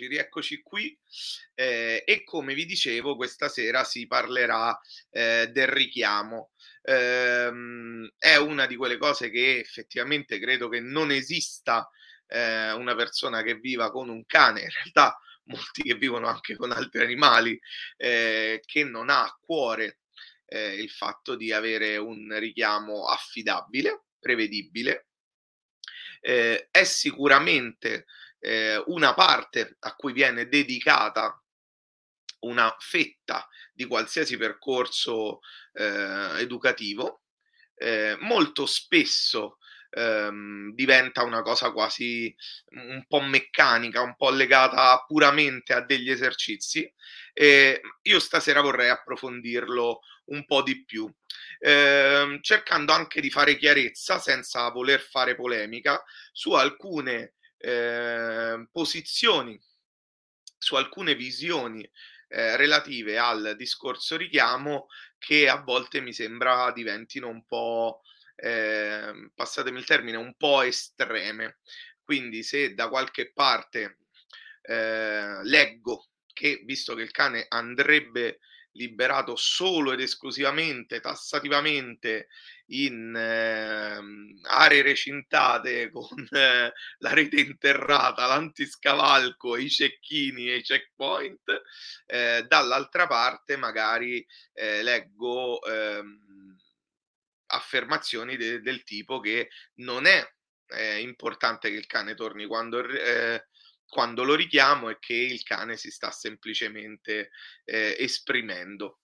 rieccoci qui e come vi dicevo questa sera si parlerà del richiamo. È una di quelle cose che effettivamente credo che non esista una persona che viva con un cane, in realtà molti che vivono anche con altri animali, che non ha a cuore il fatto di avere un richiamo affidabile, prevedibile. È sicuramente una parte a cui viene dedicata una fetta di qualsiasi percorso educativo. Molto spesso diventa una cosa quasi un po' meccanica, un po' legata puramente a degli esercizi. Io stasera vorrei approfondirlo un po' di più, cercando anche di fare chiarezza, senza voler fare polemica, su alcune posizioni, su alcune visioni relative al discorso richiamo, che a volte mi sembra diventino un po', passatemi il termine, un po' estreme. Quindi se da qualche parte leggo che, visto che il cane andrebbe liberato solo ed esclusivamente, tassativamente, in aree recintate con la rete interrata, l'antiscavalco, i cecchini e i checkpoint, dall'altra parte magari leggo affermazioni del tipo che non è importante che il cane torni quando lo richiamo e che il cane si sta semplicemente esprimendo.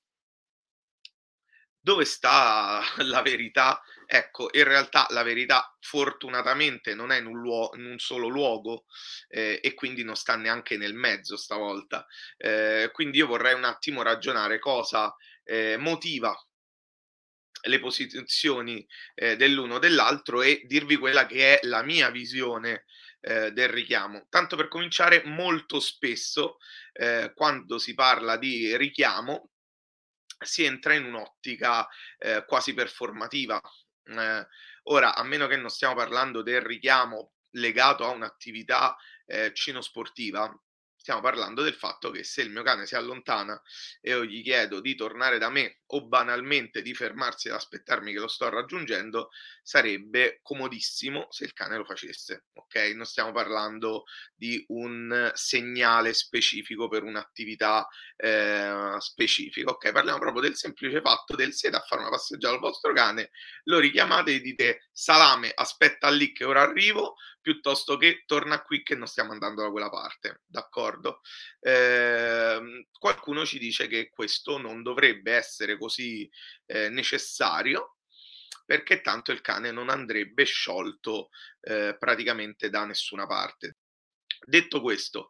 Dove sta la verità? Ecco, in realtà la verità fortunatamente non è in un solo luogo, e quindi non sta neanche nel mezzo stavolta. Quindi io vorrei un attimo ragionare cosa motiva le posizioni dell'uno o dell'altro e dirvi quella che è la mia visione del richiamo. Tanto per cominciare, molto spesso quando si parla di richiamo si entra in un'ottica quasi performativa. Ora, a meno che non stiamo parlando del richiamo legato a un'attività cinosportiva, stiamo parlando del fatto che se il mio cane si allontana e io gli chiedo di tornare da me o banalmente di fermarsi ad aspettarmi che lo sto raggiungendo, sarebbe comodissimo se il cane lo facesse, ok? Non stiamo parlando di un segnale specifico per un'attività specifica, ok? Parliamo proprio del semplice fatto del siete a fare una passeggiata al vostro cane, lo richiamate e dite salame, aspetta lì che ora arrivo, piuttosto che torna qui che non stiamo andando da quella parte, d'accordo? Qualcuno ci dice che questo non dovrebbe essere così necessario, perché tanto il cane non andrebbe sciolto praticamente da nessuna parte. Detto questo,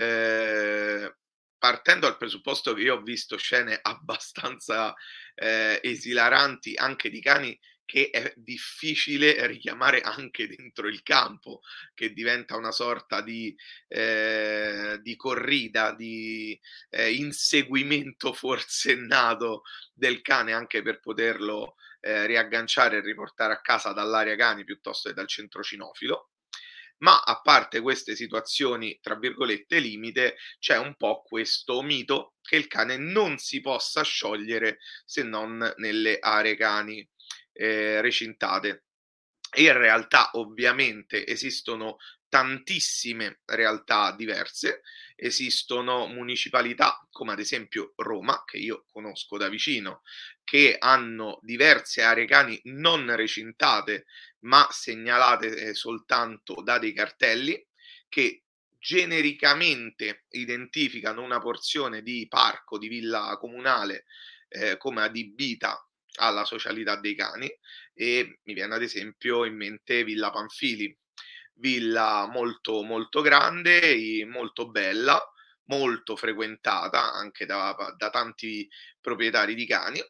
partendo dal presupposto che io ho visto scene abbastanza esilaranti anche di cani che è difficile richiamare anche dentro il campo, che diventa una sorta di corrida, di inseguimento forsennato del cane anche per poterlo riagganciare e riportare a casa dall'area cani piuttosto che dal centro cinofilo. Ma a parte queste situazioni, tra virgolette, "limite", c'è un po' questo mito che il cane non si possa sciogliere se non nelle aree cani recintate. E in realtà ovviamente esistono tantissime realtà diverse, esistono municipalità, come ad esempio Roma, che io conosco da vicino, che hanno diverse aree cani non recintate, ma segnalate soltanto da dei cartelli, che genericamente identificano una porzione di parco, di villa comunale, come adibita alla socialità dei cani, e mi viene ad esempio in mente Villa Pamphili, villa molto, molto grande, molto bella, molto frequentata anche da tanti proprietari di cani,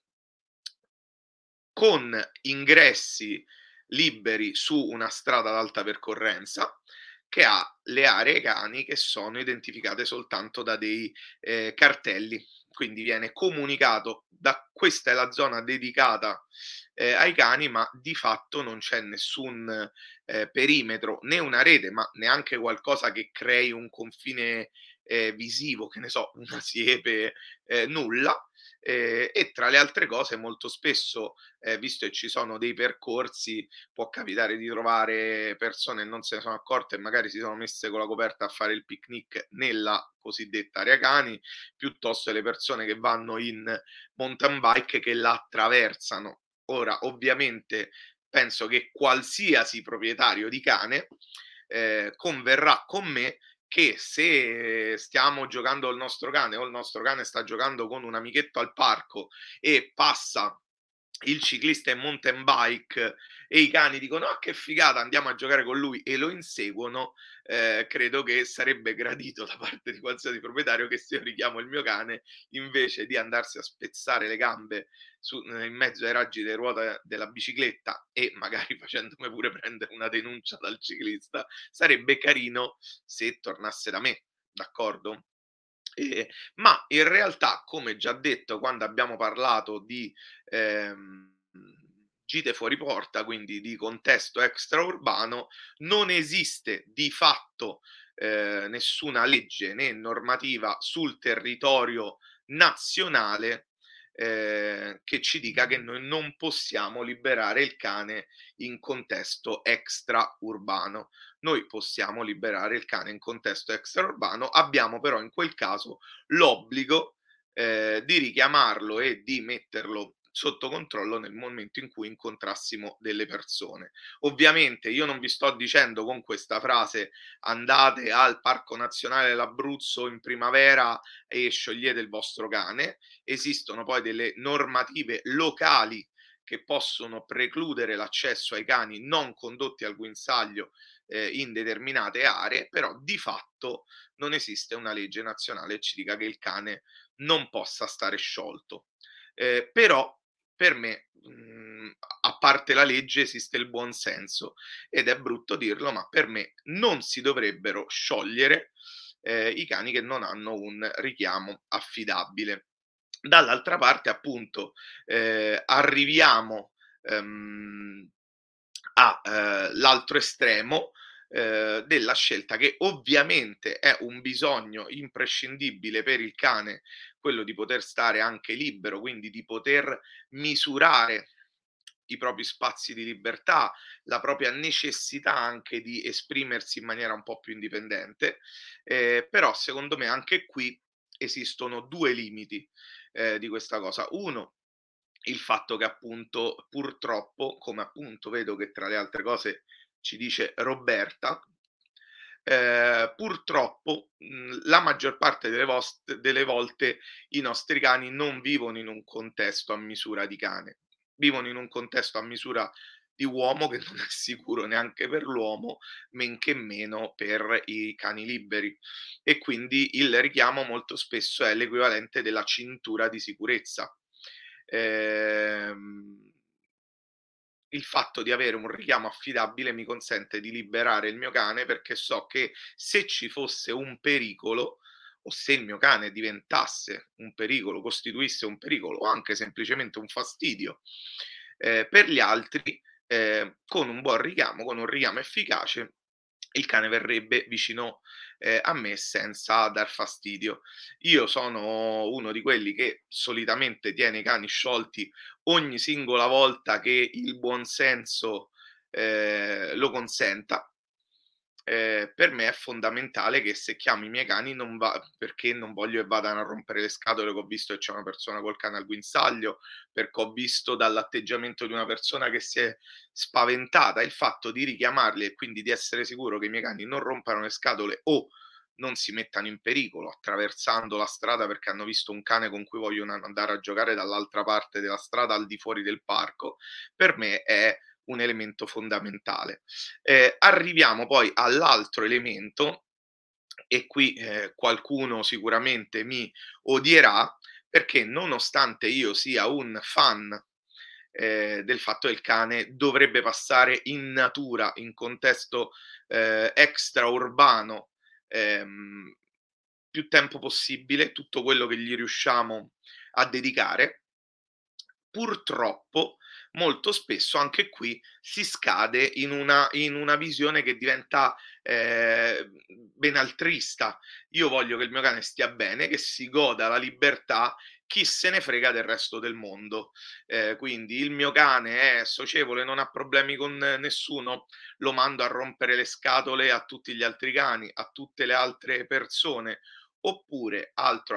con ingressi liberi su una strada ad alta percorrenza che ha le aree cani che sono identificate soltanto da dei cartelli. Quindi viene comunicato da questa è la zona dedicata ai cani, ma di fatto non c'è nessun perimetro, né una rete, ma neanche qualcosa che crei un confine visivo, che ne so, una siepe, nulla. E tra le altre cose molto spesso, visto che ci sono dei percorsi, può capitare di trovare persone che non se ne sono accorte e magari si sono messe con la coperta a fare il picnic nella cosiddetta area cani, piuttosto le persone che vanno in mountain bike che la attraversano. Ora, ovviamente, penso che qualsiasi proprietario di cane, converrà con me che se stiamo giocando il nostro cane o il nostro cane sta giocando con un amichetto al parco e passa il ciclista in mountain bike e i cani dicono: "Ah, che figata, andiamo a giocare con lui", e lo inseguono, credo che sarebbe gradito da parte di qualsiasi proprietario che se io richiamo il mio cane, invece di andarsi a spezzare le gambe in mezzo ai raggi de ruota della bicicletta e magari facendomi pure prendere una denuncia dal ciclista, sarebbe carino se tornasse da me, d'accordo? Ma in realtà, come già detto quando abbiamo parlato di, gite fuori porta, quindi di contesto extraurbano, non esiste di fatto, nessuna legge né normativa sul territorio nazionale, che ci dica che noi non possiamo liberare il cane in contesto extraurbano. Noi possiamo liberare il cane in contesto extraurbano, abbiamo però in quel caso l'obbligo, di richiamarlo e di metterlo sotto controllo nel momento in cui incontrassimo delle persone. Ovviamente io non vi sto dicendo con questa frase: andate al Parco Nazionale dell'Abruzzo in primavera e sciogliete il vostro cane. Esistono poi delle normative locali che possono precludere l'accesso ai cani non condotti al guinzaglio in determinate aree, però di fatto non esiste una legge nazionale che ci dica che il cane non possa stare sciolto. Però per me, a parte la legge, esiste il buon senso ed è brutto dirlo, ma per me non si dovrebbero sciogliere i cani che non hanno un richiamo affidabile. Dall'altra parte, appunto, arriviamo l'altro estremo, della scelta che ovviamente è un bisogno imprescindibile per il cane, quello di poter stare anche libero, quindi di poter misurare i propri spazi di libertà, la propria necessità anche di esprimersi in maniera un po' più indipendente, però secondo me anche qui esistono 2 limiti, di questa cosa. Uno, il fatto che appunto purtroppo, come appunto vedo che tra le altre cose ci dice Roberta, purtroppo, la maggior parte delle volte i nostri cani non vivono in un contesto a misura di cane, vivono in un contesto a misura di uomo che non è sicuro neanche per l'uomo, men che meno per i cani liberi. E quindi il richiamo molto spesso è l'equivalente della cintura di sicurezza. Ehm, il fatto di avere un richiamo affidabile mi consente di liberare il mio cane perché so che se ci fosse un pericolo o se il mio cane diventasse un pericolo, costituisse un pericolo o anche semplicemente un fastidio per gli altri, con un buon richiamo, con un richiamo efficace, il cane verrebbe vicino a me senza dar fastidio. Io sono uno di quelli che solitamente tiene i cani sciolti ogni singola volta che il buon senso, lo consenta. Per me è fondamentale che se chiamo i miei cani non va perché non voglio che vadano a rompere le scatole che ho visto che c'è una persona col cane al guinzaglio, perché ho visto dall'atteggiamento di una persona che si è spaventata, il fatto di richiamarli e quindi di essere sicuro che i miei cani non rompano le scatole o non si mettano in pericolo attraversando la strada perché hanno visto un cane con cui vogliono andare a giocare dall'altra parte della strada al di fuori del parco, per me è un elemento fondamentale. Arriviamo poi all'altro elemento e qui, qualcuno sicuramente mi odierà, perché nonostante io sia un fan, del fatto che il cane dovrebbe passare in natura, in contesto, extraurbano, ehm, più tempo possibile, tutto quello che gli riusciamo a dedicare, purtroppo molto spesso anche qui si scade in una visione che diventa, benaltrista. Io voglio che il mio cane stia bene, che si goda la libertà, chi se ne frega del resto del mondo. Quindi il mio cane è socievole, non ha problemi con nessuno, lo mando a rompere le scatole a tutti gli altri cani, a tutte le altre persone. Oppure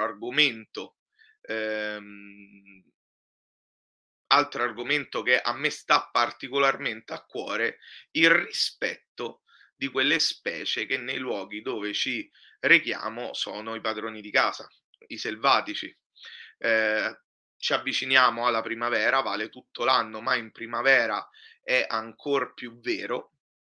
ehm, altro argomento che a me sta particolarmente a cuore, il rispetto di quelle specie che nei luoghi dove ci rechiamo sono i padroni di casa, i selvatici. Ehm, Ci avviciniamo alla primavera, vale tutto l'anno, ma in primavera è ancor più vero.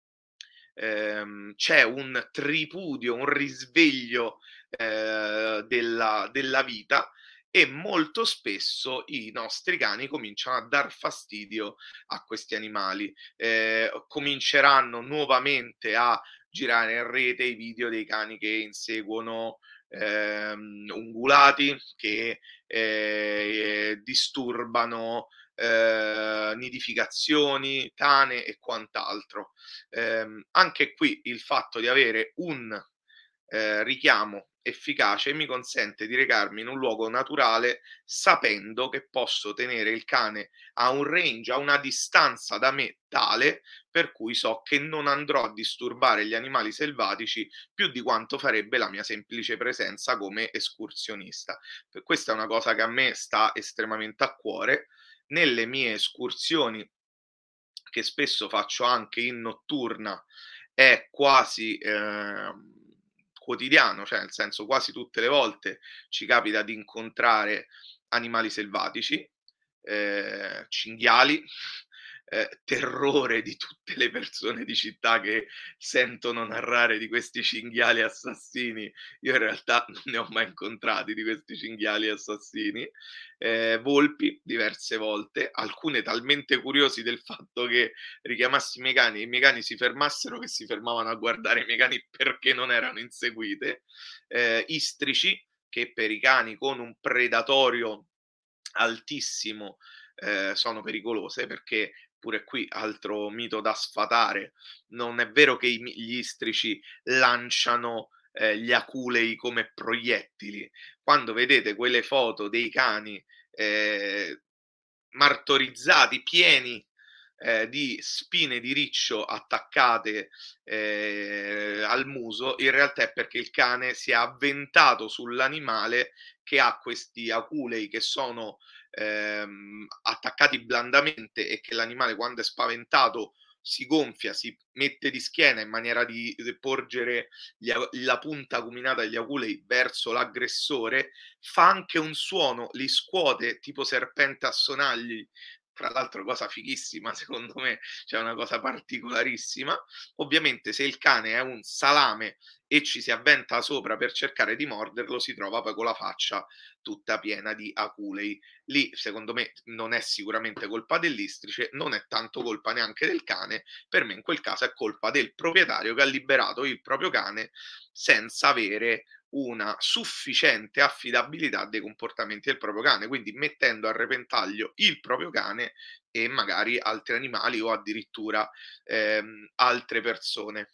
C'è un tripudio, un risveglio, della vita, e molto spesso i nostri cani cominciano a dar fastidio a questi animali. Cominceranno nuovamente a girare in rete i video dei cani che inseguono, ungulati, che, disturbano, nidificazioni, tane e quant'altro. Anche qui il fatto di avere un, richiamo efficace mi consente di recarmi in un luogo naturale sapendo che posso tenere il cane a un range, a una distanza da me tale per cui so che non andrò a disturbare gli animali selvatici più di quanto farebbe la mia semplice presenza come escursionista. Questa è una cosa che a me sta estremamente a cuore. Nelle mie escursioni, che spesso faccio anche in notturna, è quasi, quotidiano, cioè nel senso quasi tutte le volte ci capita di incontrare animali selvatici, cinghiali, terrore di tutte le persone di città che sentono narrare di questi cinghiali assassini. Io in realtà non ne ho mai incontrati di questi cinghiali assassini. Volpi diverse volte, alcune talmente curiosi del fatto che richiamassi i miei cani e i miei cani si fermassero, che si fermavano a guardare i miei cani perché non erano inseguite. Istrici, che per i cani con un predatorio altissimo, sono pericolose, perché pure qui altro mito da sfatare, non è vero che gli istrici lanciano, gli aculei come proiettili. Quando vedete quelle foto dei cani, ehm, martorizzati, pieni, di spine di riccio attaccate, al muso, in realtà è perché il cane si è avventato sull'animale che ha questi aculei che sono, attaccati blandamente, e che l'animale quando è spaventato si gonfia, si mette di schiena in maniera di porgere la punta acuminata degli aculei verso l'aggressore, fa anche un suono, li scuote tipo serpente a sonagli, tra l'altro cosa fighissima secondo me, cioè una cosa particolarissima. Ovviamente se il cane è un salame e ci si avventa sopra per cercare di morderlo, si trova poi con la faccia tutta piena di aculei. Lì secondo me non è sicuramente colpa dell'istrice, non è tanto colpa neanche del cane, per me in quel caso è colpa del proprietario che ha liberato il proprio cane senza avere una sufficiente affidabilità dei comportamenti del proprio cane, quindi mettendo a repentaglio il proprio cane e magari altri animali o addirittura, altre persone.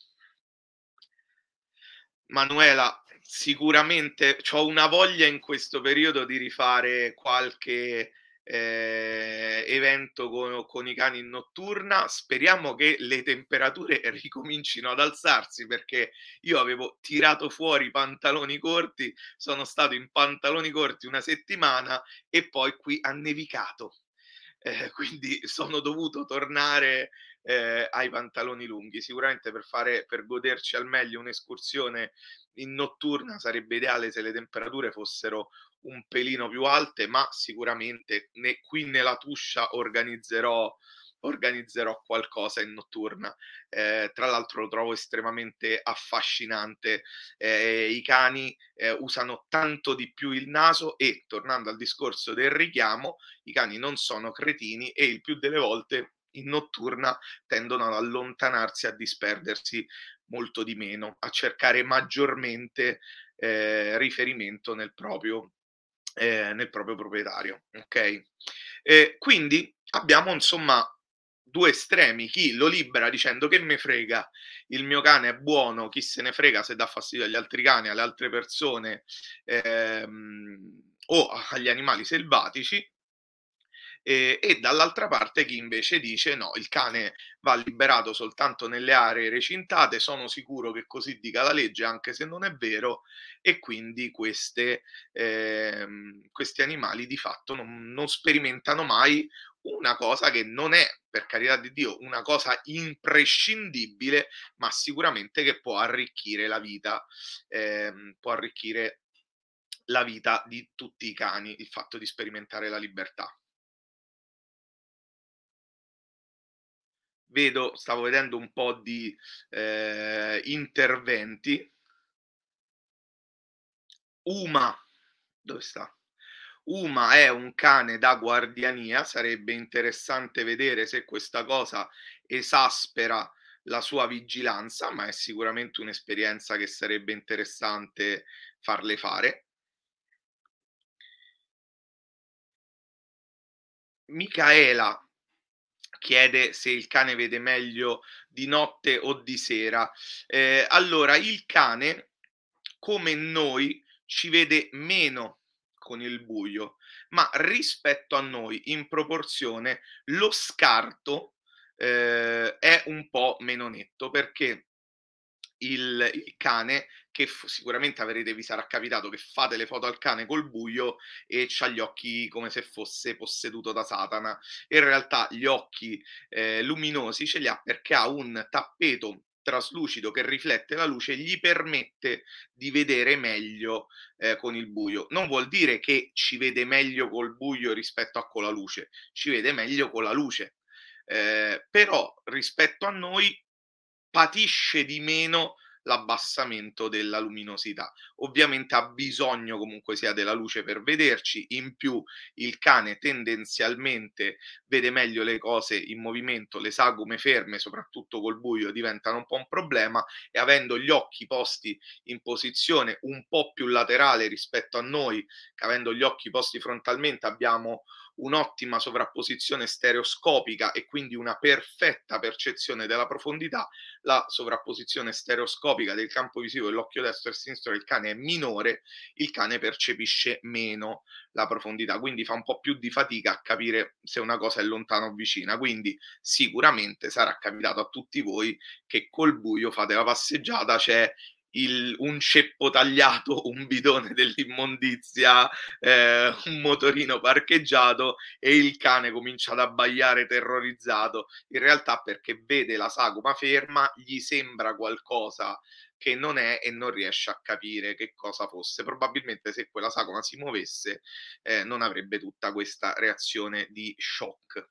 Manuela, sicuramente c'ho una voglia in questo periodo di rifare qualche, evento con i cani in notturna. Speriamo che le temperature ricomincino ad alzarsi, perché io avevo tirato fuori i pantaloni corti, sono stato in pantaloni corti una settimana e poi qui ha nevicato. Quindi sono dovuto tornare, ai pantaloni lunghi. Sicuramente per goderci al meglio un'escursione in notturna sarebbe ideale se le temperature fossero un pelino più alte, ma sicuramente qui nella Tuscia organizzerò qualcosa in notturna. Tra l'altro lo trovo estremamente affascinante. I cani, usano tanto di più il naso e, tornando al discorso del richiamo, i cani non sono cretini e il più delle volte in notturna tendono ad allontanarsi, a disperdersi molto di meno, a cercare maggiormente, riferimento nel proprio proprietario, okay? Quindi abbiamo insomma 2 estremi: chi lo libera dicendo: "Che me frega, il mio cane è buono, chi se ne frega se dà fastidio agli altri cani, alle altre persone, o agli animali selvatici", e dall'altra parte chi invece dice: "No, il cane va liberato soltanto nelle aree recintate, sono sicuro che così dica la legge, anche se non è vero, e quindi questi animali di fatto non sperimentano mai una cosa che non è, per carità di Dio, una cosa imprescindibile, ma sicuramente che può arricchire la vita di tutti i cani, il fatto di sperimentare la libertà." Stavo vedendo un po' di, interventi. Uma, dove sta? Uma è un cane da guardiania, sarebbe interessante vedere se questa cosa esaspera la sua vigilanza, ma è sicuramente un'esperienza che sarebbe interessante farle fare. Micaela chiede se il cane vede meglio di notte o di sera. Allora il cane, come noi, ci vede meno con il buio, ma rispetto a noi, in proporzione, lo scarto, è un po' meno netto, perché il cane che sicuramente avrete vi sarà capitato che fate le foto al cane col buio e c'ha gli occhi come se fosse posseduto da Satana. In realtà gli occhi, luminosi ce li ha perché ha un tappeto traslucido che riflette la luce e gli permette di vedere meglio, con il buio. Non vuol dire che ci vede meglio col buio rispetto a con la luce, ci vede meglio con la luce. Però rispetto a noi patisce di meno l'abbassamento della luminosità. Ovviamente ha bisogno comunque sia della luce per vederci, in più il cane tendenzialmente vede meglio le cose in movimento, le sagome ferme, soprattutto col buio, diventano un po' un problema, e avendo gli occhi posti in posizione un po' più laterale rispetto a noi, che avendo gli occhi posti frontalmente abbiamo un'ottima sovrapposizione stereoscopica e quindi una perfetta percezione della profondità, la sovrapposizione stereoscopica del campo visivo dell'occhio destro e sinistro del cane è minore, il cane percepisce meno la profondità, quindi fa un po' più di fatica a capire se una cosa è lontana o vicina. Quindi sicuramente sarà capitato a tutti voi che col buio fate la passeggiata, c'è un ceppo tagliato, un bidone dell'immondizia, un motorino parcheggiato e il cane comincia ad abbaiare terrorizzato, in realtà perché vede la sagoma ferma, gli sembra qualcosa che non è e non riesce a capire che cosa fosse. Probabilmente se quella sagoma si muovesse, non avrebbe tutta questa reazione di shock.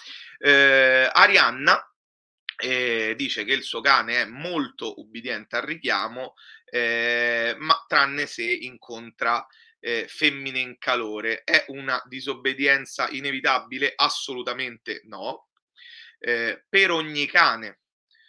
Arianna dice che il suo cane è molto ubbidiente al richiamo, ma tranne se incontra femmine in calore. È una disobbedienza inevitabile? Assolutamente no. Per ogni cane,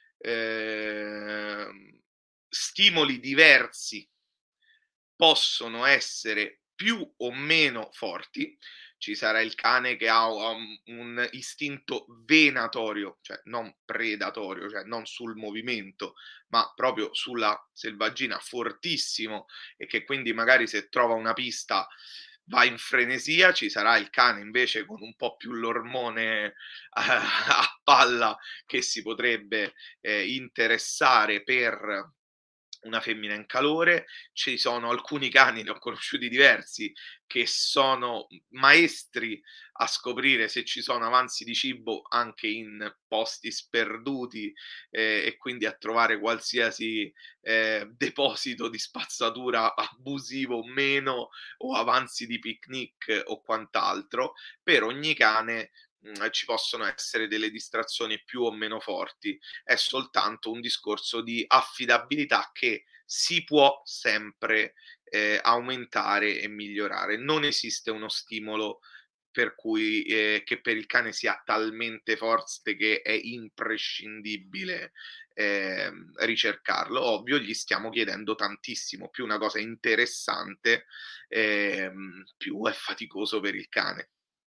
ehm, stimoli diversi possono essere più o meno forti. Ci sarà il cane che ha un istinto venatorio, cioè non predatorio, cioè non sul movimento, ma proprio sulla selvaggina fortissimo, e che quindi magari se trova una pista va in frenesia. Ci sarà il cane invece con un po' più l'ormone a palla, che si potrebbe interessare per una femmina in calore. Ci sono alcuni cani, ne ho conosciuti diversi, che sono maestri a scoprire se ci sono avanzi di cibo anche in posti sperduti, e quindi a trovare qualsiasi, deposito di spazzatura abusivo o meno, o avanzi di picnic o quant'altro. Per ogni cane, ci possono essere delle distrazioni più o meno forti. È soltanto un discorso di affidabilità che si può sempre, aumentare e migliorare. Non esiste uno stimolo per cui che per il cane sia talmente forte che è imprescindibile, ricercarlo. Ovvio, gli stiamo chiedendo tantissimo, più una cosa è interessante, più è faticoso per il cane.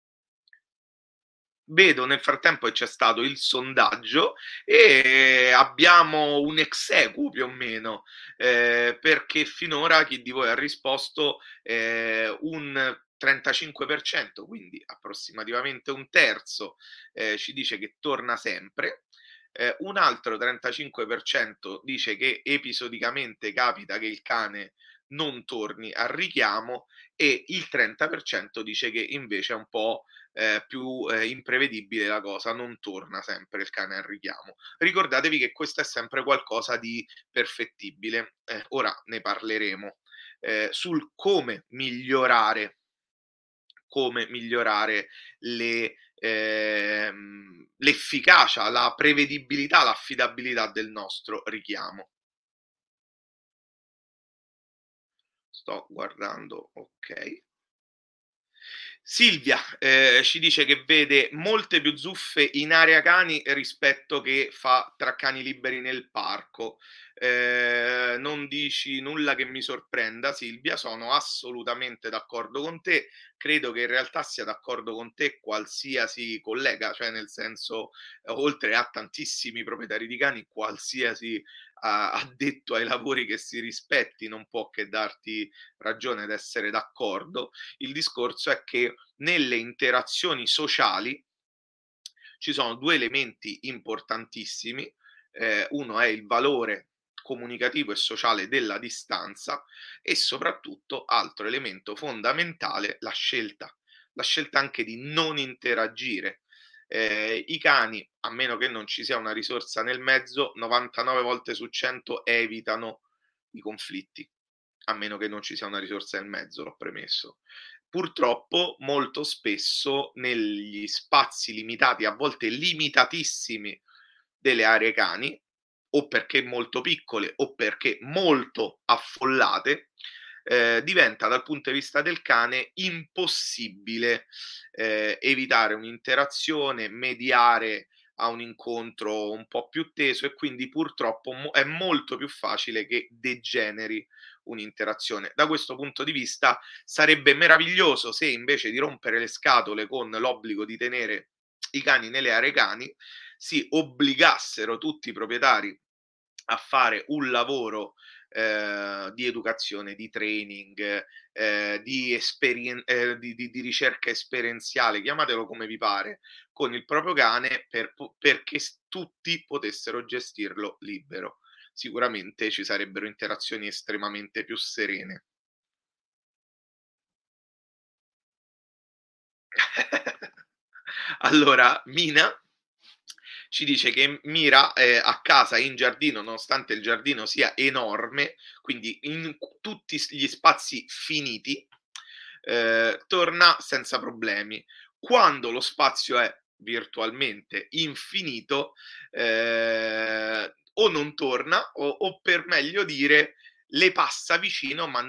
Vedo nel frattempo che c'è stato il sondaggio e abbiamo un ex aequo più o meno, perché finora chi di voi ha risposto un 35%, quindi approssimativamente un terzo, ci dice che torna sempre, un altro 35% dice che episodicamente capita che il cane non torni al richiamo e il 30% dice che invece è un po' più imprevedibile la cosa, non torna sempre il cane al richiamo. Ricordatevi che questo è sempre qualcosa di perfettibile. Ora ne parleremo. Sul come migliorare l'efficacia, la prevedibilità, l'affidabilità del nostro richiamo. Sto guardando, ok. Silvia, ci dice che vede molte più zuffe in area cani rispetto che fa tra cani liberi nel parco. Non dici nulla che mi sorprenda, Silvia, sono assolutamente d'accordo con te. Credo che in realtà sia d'accordo con te qualsiasi collega, cioè nel senso, oltre a tantissimi proprietari di cani, qualsiasi addetto ai lavori che si rispetti non può che darti ragione ed essere d'accordo. Il discorso è che nelle interazioni sociali ci sono due elementi importantissimi. Uno è il valore comunicativo e sociale della distanza e soprattutto, altro elemento fondamentale, la scelta anche di non interagire. I cani, a meno che non ci sia una risorsa nel mezzo, 99 volte su 100 evitano i conflitti, a meno che non ci sia una risorsa nel mezzo, l'ho premesso. Purtroppo molto spesso negli spazi limitati, a volte limitatissimi, delle aree cani, o perché molto piccole o perché molto affollate, diventa dal punto di vista del cane impossibile evitare un'interazione, mediare a un incontro un po' più teso e quindi purtroppo è molto più facile che degeneri un'interazione. Da questo punto di vista sarebbe meraviglioso se invece di rompere le scatole con l'obbligo di tenere i cani nelle aree cani, si obbligassero tutti i proprietari a fare un lavoro di educazione, di training, di ricerca esperienziale, chiamatelo come vi pare, con il proprio cane perché tutti potessero gestirlo libero. Sicuramente ci sarebbero interazioni estremamente più serene. Allora, Mina ci dice che Mira a casa in giardino, nonostante il giardino sia enorme, quindi in tutti gli spazi finiti, torna senza problemi. Quando lo spazio è virtualmente infinito, o non torna o per meglio dire le passa vicino ma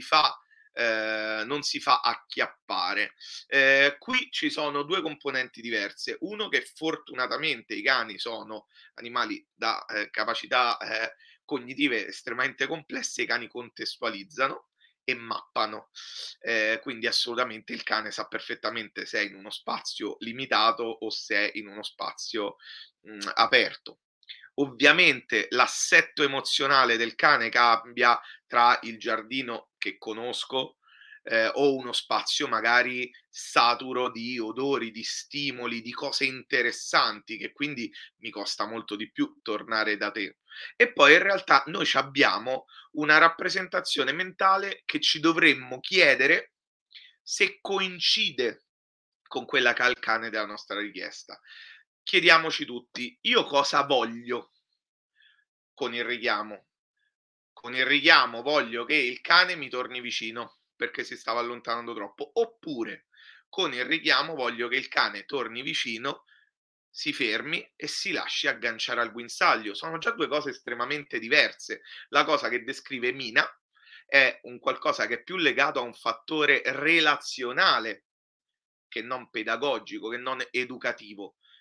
non si fa acchiappare. Qui ci sono due componenti diverse. Uno che fortunatamente i cani sono animali da capacità cognitive estremamente complesse, i cani contestualizzano e mappano. Quindi assolutamente il cane sa perfettamente se è in uno spazio limitato o se è in uno spazio aperto. Ovviamente l'assetto emozionale del cane cambia tra il giardino che conosco, o uno spazio magari saturo di odori, di stimoli, di cose interessanti, che quindi mi costa molto di più tornare da te. E poi in realtà noi c'abbiamo una rappresentazione mentale che ci dovremmo chiedere se coincide con quella che ha il cane della nostra richiesta. Chiediamoci tutti: io cosa voglio con il richiamo? Con il richiamo voglio che il cane mi torni vicino perché si stava allontanando troppo, oppure con il richiamo voglio che il cane torni vicino, si fermi e si lasci agganciare al guinzaglio. Sono già due cose estremamente diverse. La cosa che descrive Mina è un qualcosa che è più legato a un fattore relazionale che non pedagogico, che non educativo.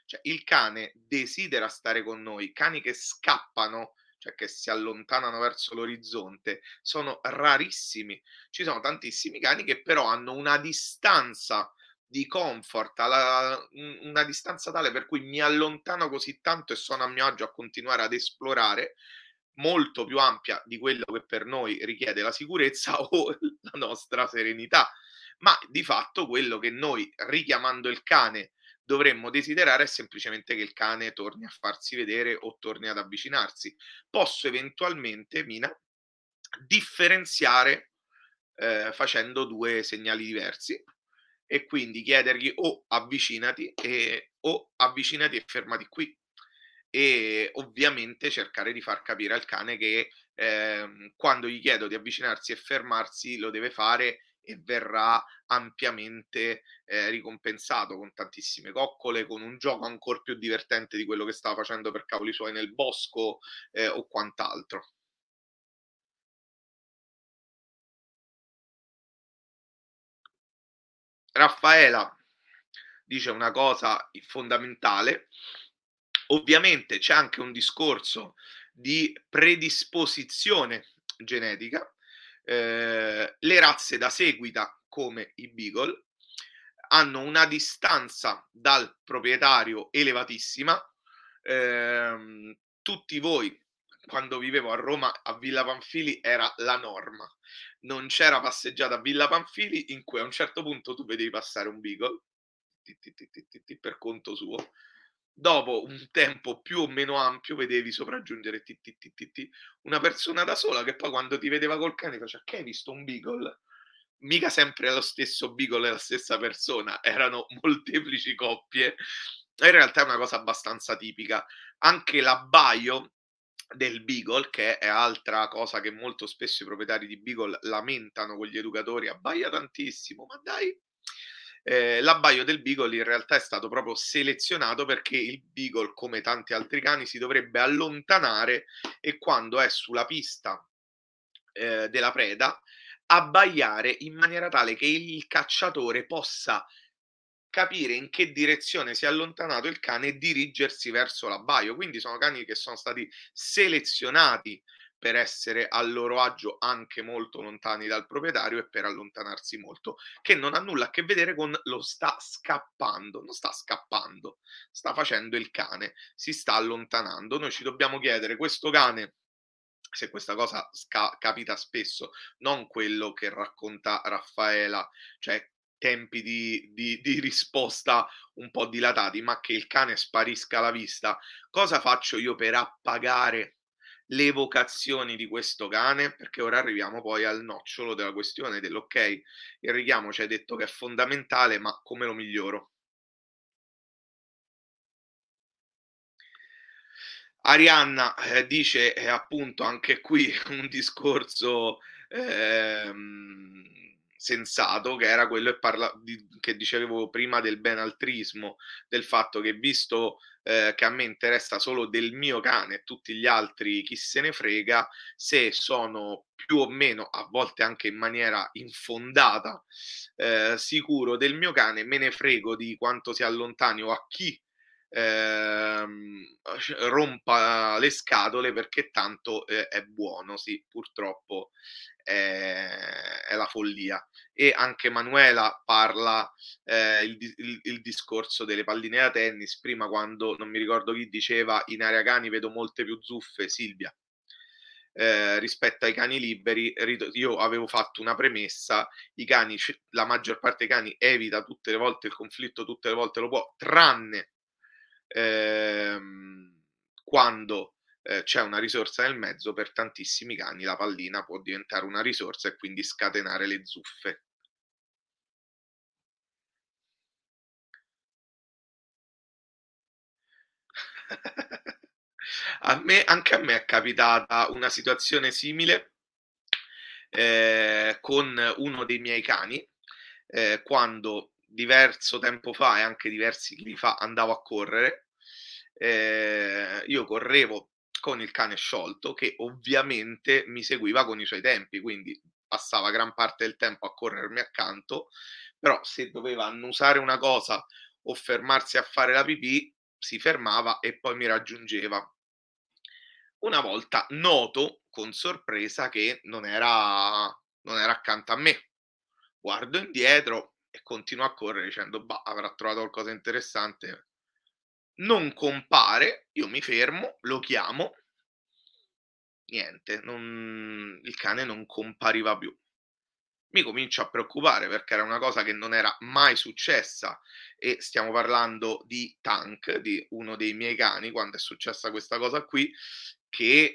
Cioè il cane desidera stare con noi. Cani che scappano, cioè che si allontanano verso l'orizzonte, sono rarissimi. Ci sono tantissimi cani che però hanno una distanza di comfort, una distanza tale per cui mi allontano così tanto e sono a mio agio a continuare ad esplorare, molto più ampia di quello che per noi richiede la sicurezza o la nostra serenità. Ma di fatto quello che noi, richiamando il cane, dovremmo desiderare è semplicemente che il cane torni a farsi vedere o torni ad avvicinarsi. Posso eventualmente, Mina, differenziare facendo 2 segnali diversi e quindi chiedergli o avvicinati o avvicinati e fermati qui. E ovviamente cercare di far capire al cane che, quando gli chiedo di avvicinarsi e fermarsi lo deve fare e verrà ampiamente, ricompensato con tantissime coccole, con un gioco ancor più divertente di quello che stava facendo per cavoli suoi nel bosco, o quant'altro. Raffaela dice una cosa fondamentale. Ovviamente c'è anche un discorso di predisposizione genetica. Le razze da seguita, come i Beagle, hanno una distanza dal proprietario elevatissima. Tutti voi, quando vivevo a Roma, a Villa Pamphili era la norma. Non c'era passeggiata a Villa Pamphili in cui a un certo punto tu vedevi passare un Beagle per conto suo. Dopo un tempo più o meno ampio vedevi sopraggiungere una persona da sola che poi quando ti vedeva col cane faceva: "Che hai visto un Beagle?" Mica sempre lo stesso Beagle e la stessa persona, erano molteplici coppie. E in realtà è una cosa abbastanza tipica. Anche l'abbaio del Beagle, che è altra cosa che molto spesso i proprietari di Beagle lamentano con gli educatori: "Abbaia tantissimo." Ma dai! L'abbaio del Beagle in realtà è stato proprio selezionato perché il Beagle, come tanti altri cani, si dovrebbe allontanare e quando è sulla pista, della preda, abbaiare in maniera tale che il cacciatore possa capire in che direzione si è allontanato il cane e dirigersi verso l'abbaio. Quindi sono cani che sono stati selezionati per essere a loro agio anche molto lontani dal proprietario e per allontanarsi molto, che non ha nulla a che vedere con lo sta scappando, non sta scappando, sta facendo il cane, si sta allontanando. Noi ci dobbiamo chiedere, questo cane, se questa cosa capita spesso, non quello che racconta Raffaela, cioè tempi di risposta un po' dilatati, ma che il cane sparisca alla vista, cosa faccio io per appagare le evocazioni di questo cane? Perché ora arriviamo poi al nocciolo della questione dell'ok, il richiamo ci hai detto che è fondamentale, ma come lo miglioro? Arianna, dice, appunto anche qui un discorso, sensato, che era quello che dicevo prima del benaltrismo, del fatto che visto, che a me interessa solo del mio cane e tutti gli altri chi se ne frega, se sono più o meno, a volte anche in maniera infondata, sicuro del mio cane, me ne frego di quanto si allontani o a chi rompa le scatole perché tanto è buono, sì, purtroppo è la follia. E anche Manuela parla il discorso delle palline da tennis, prima quando non mi ricordo chi diceva in area cani vedo molte più zuffe, Silvia. Rispetto ai cani liberi, io avevo fatto una premessa, i cani, la maggior parte dei cani evita tutte le volte il conflitto, tutte le volte lo può, tranne quando c'è una risorsa nel mezzo, per tantissimi cani la pallina può diventare una risorsa e quindi scatenare le zuffe. Anche a me è capitata una situazione simile con uno dei miei cani, quando diverso tempo fa e anche diversi chili fa andavo a correre. Io correvo con il cane sciolto che ovviamente mi seguiva con i suoi tempi, quindi passava gran parte del tempo a corrermi accanto, però se doveva annusare una cosa o fermarsi a fare la pipì, si fermava e poi mi raggiungeva. Una volta noto con sorpresa che non era accanto a me. Guardo indietro e continuo a correre dicendo: "Bah, avrà trovato qualcosa di interessante". Non compare, io mi fermo, lo chiamo, niente, il cane non compariva più. Mi comincio a preoccupare perché era una cosa che non era mai successa e stiamo parlando di Tank, di uno dei miei cani, quando è successa questa cosa qui, che,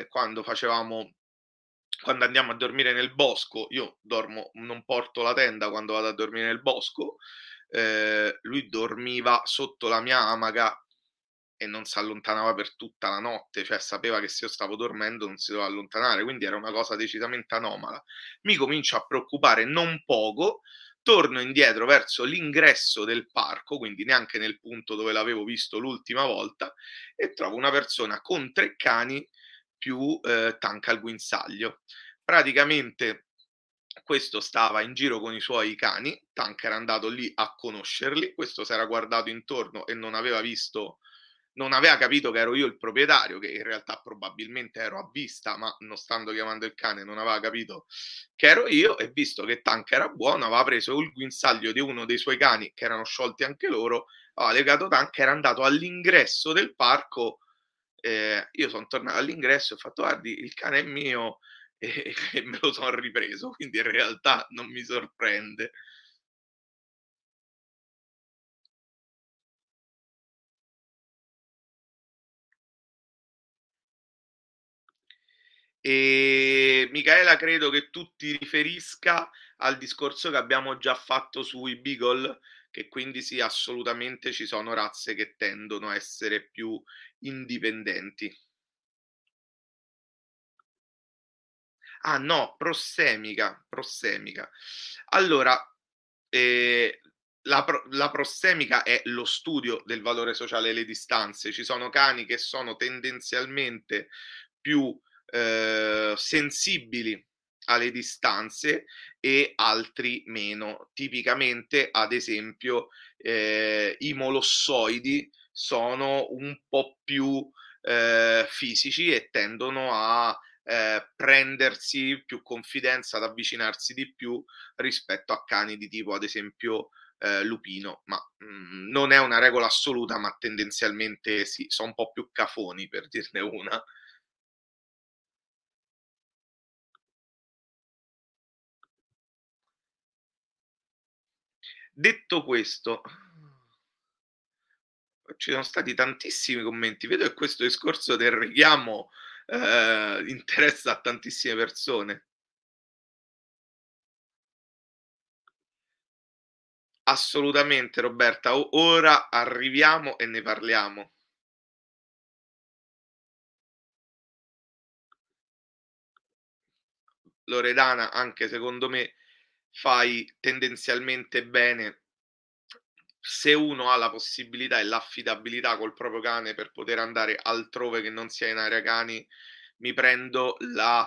quando andiamo a dormire nel bosco, io dormo non porto la tenda quando vado a dormire nel bosco, lui dormiva sotto la mia amaca e non s'allontanava per tutta la notte, cioè sapeva che se io stavo dormendo non si doveva allontanare, quindi era una cosa decisamente anomala. Mi comincio a preoccupare non poco, torno indietro verso l'ingresso del parco, quindi neanche nel punto dove l'avevo visto l'ultima volta, e trovo una persona con 3 cani più, Tank al guinzaglio. Praticamente questo stava in giro con i suoi cani, Tank era andato lì a conoscerli, questo s'era guardato intorno e non aveva capito che ero io il proprietario, che in realtà probabilmente ero a vista, ma non stando chiamando il cane non aveva capito che ero io, e visto che Tank era buono aveva preso il guinzaglio di uno dei suoi cani, che erano sciolti anche loro, aveva legato Tank, era andato all'ingresso del parco. Io son tornato all'ingresso e ho fatto: "Guardi, il cane è mio", e me lo son ripreso, quindi in realtà non mi sorprende. Michaela, credo che tu ti riferisca al discorso che abbiamo già fatto sui Beagle, che quindi sì, assolutamente ci sono razze che tendono a essere più indipendenti. Ah no, prossemica, prossemica. Allora, ehm, la prossemica è lo studio del valore sociale delle distanze. Ci sono cani che sono tendenzialmente più, sensibili alle distanze e altri meno. Tipicamente, ad esempio, i molossoidi sono un po' più, fisici e tendono a prendersi più confidenza, ad avvicinarsi di più rispetto a cani di tipo, ad esempio, lupino, ma, non è una regola assoluta, ma tendenzialmente sì, so' un po' più cafoni per dirne una. Detto questo, ci sono stati tantissimi commenti. Vedo che questo discorso del richiamo, interessa a tantissime persone. Assolutamente Roberta, ora arriviamo e ne parliamo. Loredana, anche secondo me fai tendenzialmente bene se uno ha la possibilità e l'affidabilità col proprio cane per poter andare altrove che non sia in area cani, mi prendo la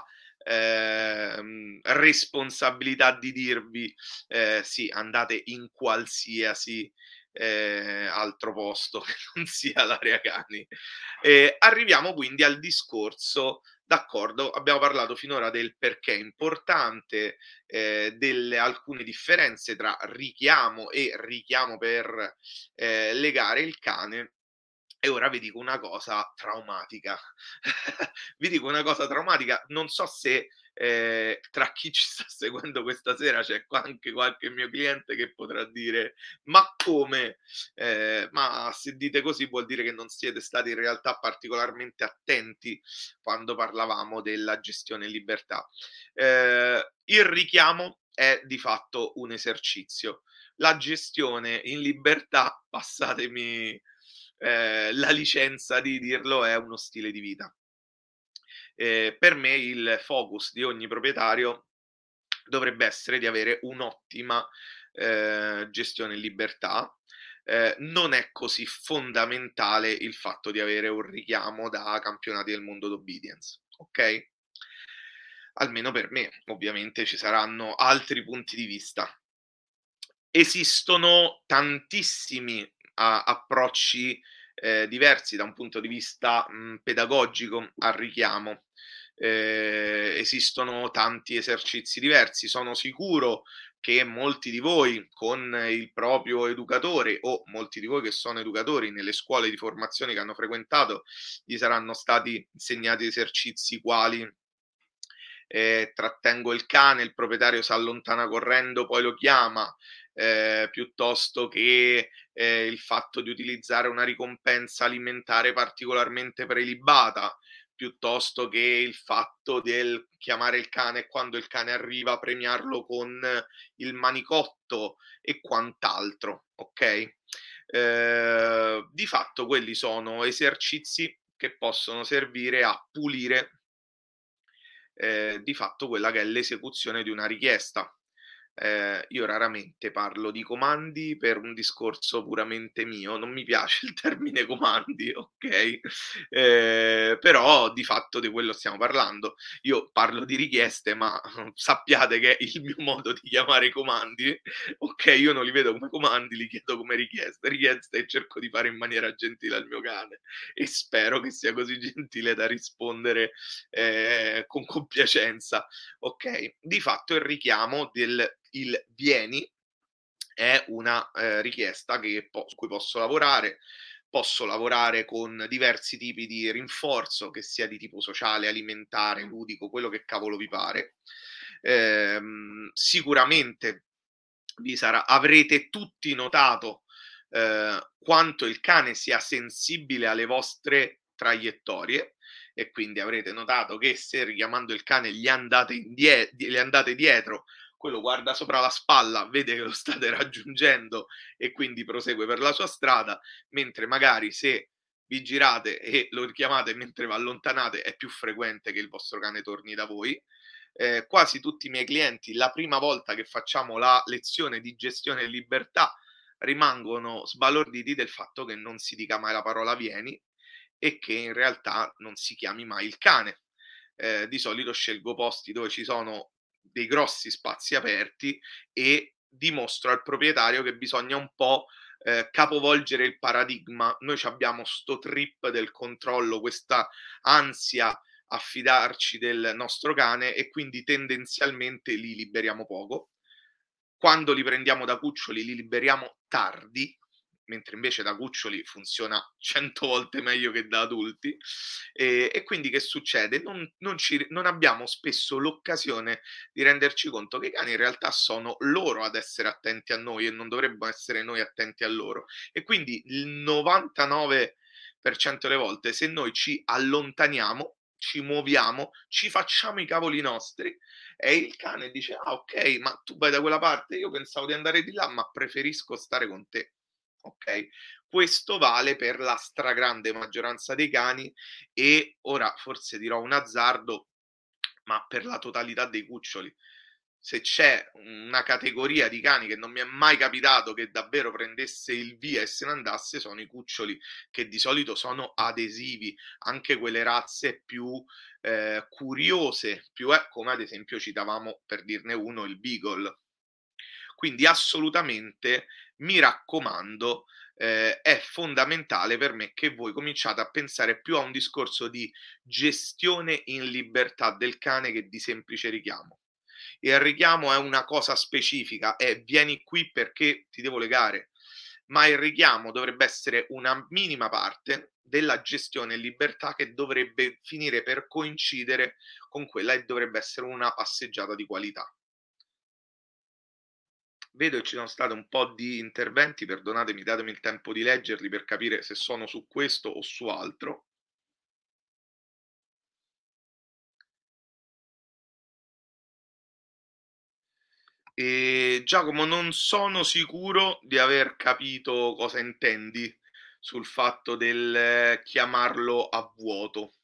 responsabilità di dirvi, sì, andate in qualsiasi altro posto che non sia l'area cani. Arriviamo quindi al discorso, d'accordo, abbiamo parlato finora del perché è importante, delle alcune differenze tra richiamo e richiamo per, legare il cane, e ora vi dico una cosa traumatica. Vi dico una cosa traumatica, non so se, tra chi ci sta seguendo questa sera c'è qua anche qualche mio cliente che potrà dire: "Ma come?" Ma se dite così vuol dire che non siete stati in realtà particolarmente attenti quando parlavamo della gestione in libertà. Il richiamo è di fatto un esercizio. La gestione in libertà, passatemi, la licenza di dirlo, è uno stile di vita. Per me il focus di ogni proprietario dovrebbe essere di avere un'ottima, gestione in libertà. Non è così fondamentale il fatto di avere un richiamo da campionati del mondo d'obedience, okay? Almeno per me, ovviamente ci saranno altri punti di vista. Esistono tantissimi a approcci, diversi da un punto di vista, pedagogico al richiamo. Esistono tanti esercizi diversi. Sono sicuro che molti di voi con il proprio educatore o molti di voi che sono educatori nelle scuole di formazione che hanno frequentato, gli saranno stati insegnati esercizi quali trattengo il cane, il proprietario s'allontana correndo, poi lo chiama, piuttosto che il fatto di utilizzare una ricompensa alimentare particolarmente prelibata, piuttosto che il fatto del chiamare il cane e quando il cane arriva premiarlo con il manicotto e quant'altro, ok? Di fatto quelli sono esercizi che possono servire a pulire di fatto quella che è l'esecuzione di una richiesta. Io raramente parlo di comandi per un discorso puramente mio, non mi piace il termine comandi, okay, però di fatto di quello stiamo parlando. Io parlo di richieste, ma sappiate che il mio modo di chiamare i comandi, okay, io non li vedo come comandi, li chiedo come richieste e cerco di fare in maniera gentile al mio cane e spero che sia così gentile da rispondere, con compiacenza. Okay, di fatto il richiamo del il vieni è una, richiesta che su cui posso lavorare con diversi tipi di rinforzo, che sia di tipo sociale, alimentare, ludico, quello che cavolo vi pare. Sicuramente avrete tutti notato, quanto il cane sia sensibile alle vostre traiettorie e quindi avrete notato che se richiamando il cane gli andate dietro, quello guarda sopra la spalla, vede che lo state raggiungendo e quindi prosegue per la sua strada, mentre magari se vi girate e lo richiamate mentre vi allontanate è più frequente che il vostro cane torni da voi. Quasi tutti i miei clienti, la prima volta che facciamo la lezione di gestione e libertà, rimangono sbalorditi del fatto che non si dica mai la parola vieni e che in realtà non si chiami mai il cane. Di solito scelgo posti dove ci sono dei grossi spazi aperti e dimostro al proprietario che bisogna un po' capovolgere il paradigma. Noi abbiamo sto trip del controllo, questa ansia a fidarci del nostro cane e quindi tendenzialmente li liberiamo poco. Quando li prendiamo da cuccioli li liberiamo tardi, mentre invece da cuccioli funziona 100 volte meglio che da adulti. E quindi che succede? Non abbiamo spesso l'occasione di renderci conto che i cani in realtà sono loro ad essere attenti a noi e non dovremmo essere noi attenti a loro. E quindi il 99% delle volte se noi ci allontaniamo, ci muoviamo, ci facciamo i cavoli nostri e il cane dice: "Ah okay, ma tu vai da quella parte? Io pensavo di andare di là, ma preferisco stare con te." Okay? Questo vale per la stragrande maggioranza dei cani e ora forse dirò un azzardo, ma per la totalità dei cuccioli. Se c'è una categoria di cani che non mi è mai capitato che davvero prendesse il via e se ne andasse, sono i cuccioli, che di solito sono adesivi, anche quelle razze più curiose, come ad esempio citavamo, per dirne uno, il Beagle. Quindi assolutamente, mi raccomando, è fondamentale per me che voi cominciate a pensare più a un discorso di gestione in libertà del cane che di semplice richiamo. Il richiamo è una cosa specifica, è vieni qui perché ti devo legare, ma il richiamo dovrebbe essere una minima parte della gestione in libertà che dovrebbe finire per coincidere con quella e dovrebbe essere una passeggiata di qualità. Vedo che ci sono state un po' di interventi, perdonatemi, datemi il tempo di leggerli per capire se sono su questo o su altro. Giacomo, non sono sicuro di aver capito cosa intendi sul fatto del chiamarlo a vuoto.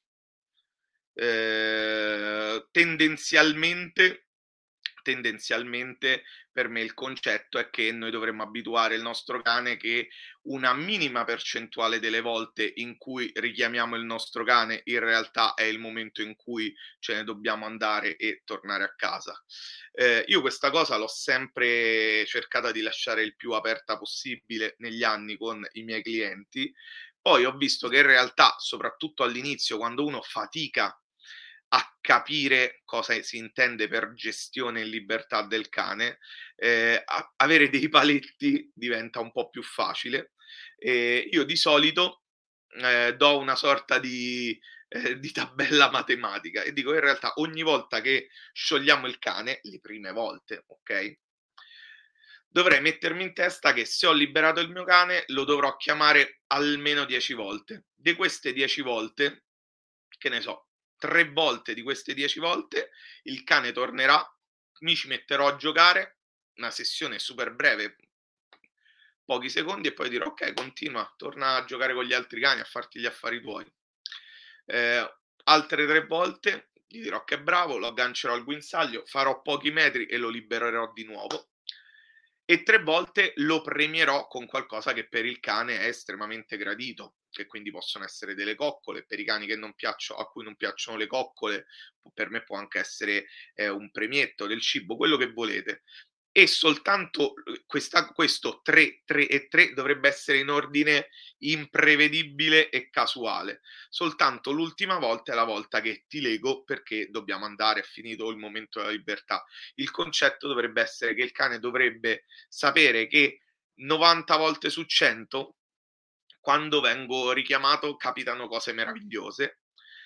Tendenzialmente per me il concetto è che noi dovremmo abituare il nostro cane che una minima percentuale delle volte in cui richiamiamo il nostro cane in realtà è il momento in cui ce ne dobbiamo andare e tornare a casa. Io questa cosa l'ho sempre cercata di lasciare il più aperta possibile negli anni con i miei clienti. Poi ho visto che in realtà, soprattutto all'inizio, quando uno fatica a capire cosa si intende per gestione in libertà del cane, avere dei paletti diventa un po' più facile. Io di solito, do una sorta di tabella matematica e dico: in realtà ogni volta che sciogliamo il cane, le prime volte, okay, dovrei mettermi in testa che se ho liberato il mio cane lo dovrò chiamare almeno 10 volte. Di queste 10 volte, che ne so, 3 volte di queste 10 volte il cane tornerà, mi ci metterò a giocare, una sessione super breve, pochi secondi e poi dirò: "Okay, continua, torna a giocare con gli altri cani, a farti gli affari tuoi". Ehm, Altre 3 volte gli dirò che è bravo, lo aggancerò al guinzaglio, farò pochi metri e lo libererò di nuovo e 3 volte lo premierò con qualcosa che per il cane è estremamente gradito, che quindi possono essere delle coccole, per i cani che non piaccio a cui non piacciono le coccole, per me può anche essere, un premietto, del cibo, quello che volete. E soltanto, questo 3, 3 e 3 dovrebbe essere in ordine imprevedibile e casuale. Soltanto l'ultima volta è la volta che ti lego perché dobbiamo andare, è finito il momento della libertà. Il concetto dovrebbe essere che il cane dovrebbe sapere che 90 volte su 100 quando vengo richiamato capitano cose meravigliose,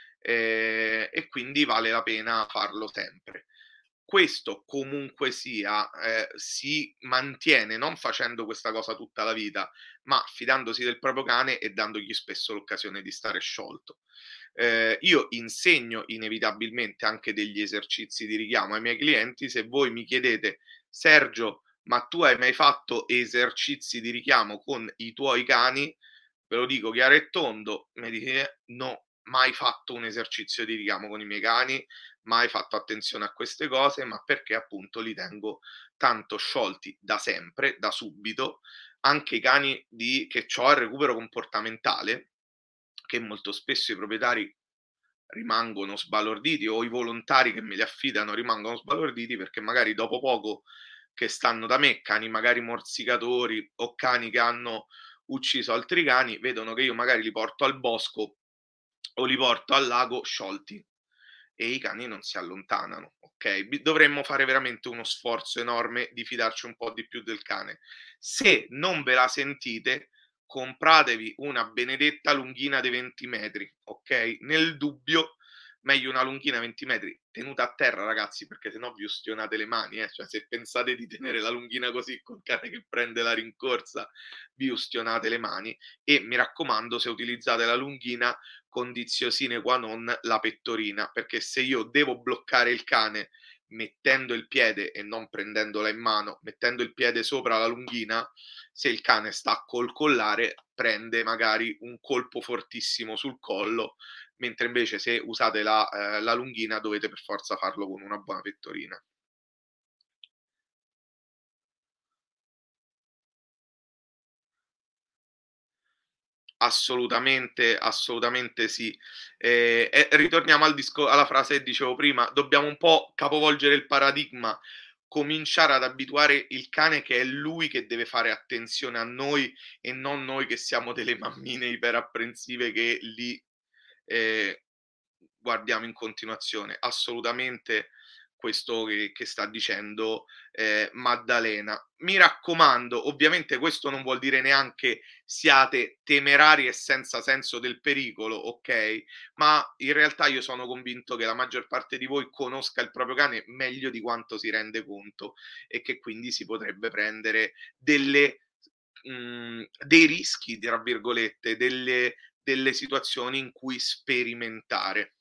e quindi vale la pena farlo sempre. Questo comunque sia, si mantiene non facendo questa cosa tutta la vita, ma fidandosi del proprio cane e dandogli spesso l'occasione di stare sciolto. Io insegno inevitabilmente anche degli esercizi di richiamo ai miei clienti. Se voi mi chiedete: "Sergio, ma tu hai mai fatto esercizi di richiamo con i tuoi cani?" Ve lo dico chiaro e tondo, mi dite: "No, mai fatto un esercizio di richiamo con i miei cani, mai fatto attenzione a queste cose", ma perché appunto li tengo tanto sciolti da sempre, da subito. Anche i cani che c'ho a recupero comportamentale, che molto spesso i proprietari rimangono sbalorditi o i volontari che me li affidano rimangono sbalorditi perché magari dopo poco che stanno da me, cani magari morsicatori o cani che hanno ucciso altri cani, vedono che io magari li porto al bosco o li porto al lago sciolti e i cani non si allontanano, okay? Dovremmo fare veramente uno sforzo enorme di fidarci un po' di più del cane. Se non ve la sentite, compratevi una benedetta lunghina de 20 metri, okay? Nel dubbio, meglio una lunghina 20 metri tenuta a terra ragazzi, perché se no vi ustionate le mani, cioè se pensate di tenere la lunghina così col cane che prende la rincorsa, vi ustionate le mani e mi raccomando se utilizzate la lunghina conditio sine qua non la pettorina, perché se io devo bloccare il cane mettendo il piede e non prendendola in mano, mettendo il piede sopra la lunghina, se il cane sta col collare prende magari un colpo fortissimo sul collo, mentre invece se usate la lunghina dovete per forza farlo con una buona pettorina. Assolutamente, assolutamente sì. E ritorniamo alla frase che dicevo prima, dobbiamo un po' capovolgere il paradigma, cominciare ad abituare il cane che è lui che deve fare attenzione a noi e non noi che siamo delle mammine iperapprensive che li ehm, guardiamo in continuazione. Assolutamente questo che sta dicendo, Maddalena. Mi raccomando, ovviamente questo non vuol dire neanche siate temerari e senza senso del pericolo, okay, ma in realtà io sono convinto che la maggior parte di voi conosca il proprio cane meglio di quanto si rende conto e che quindi si potrebbe prendere dei "rischi" tra virgolette, delle situazioni in cui sperimentare.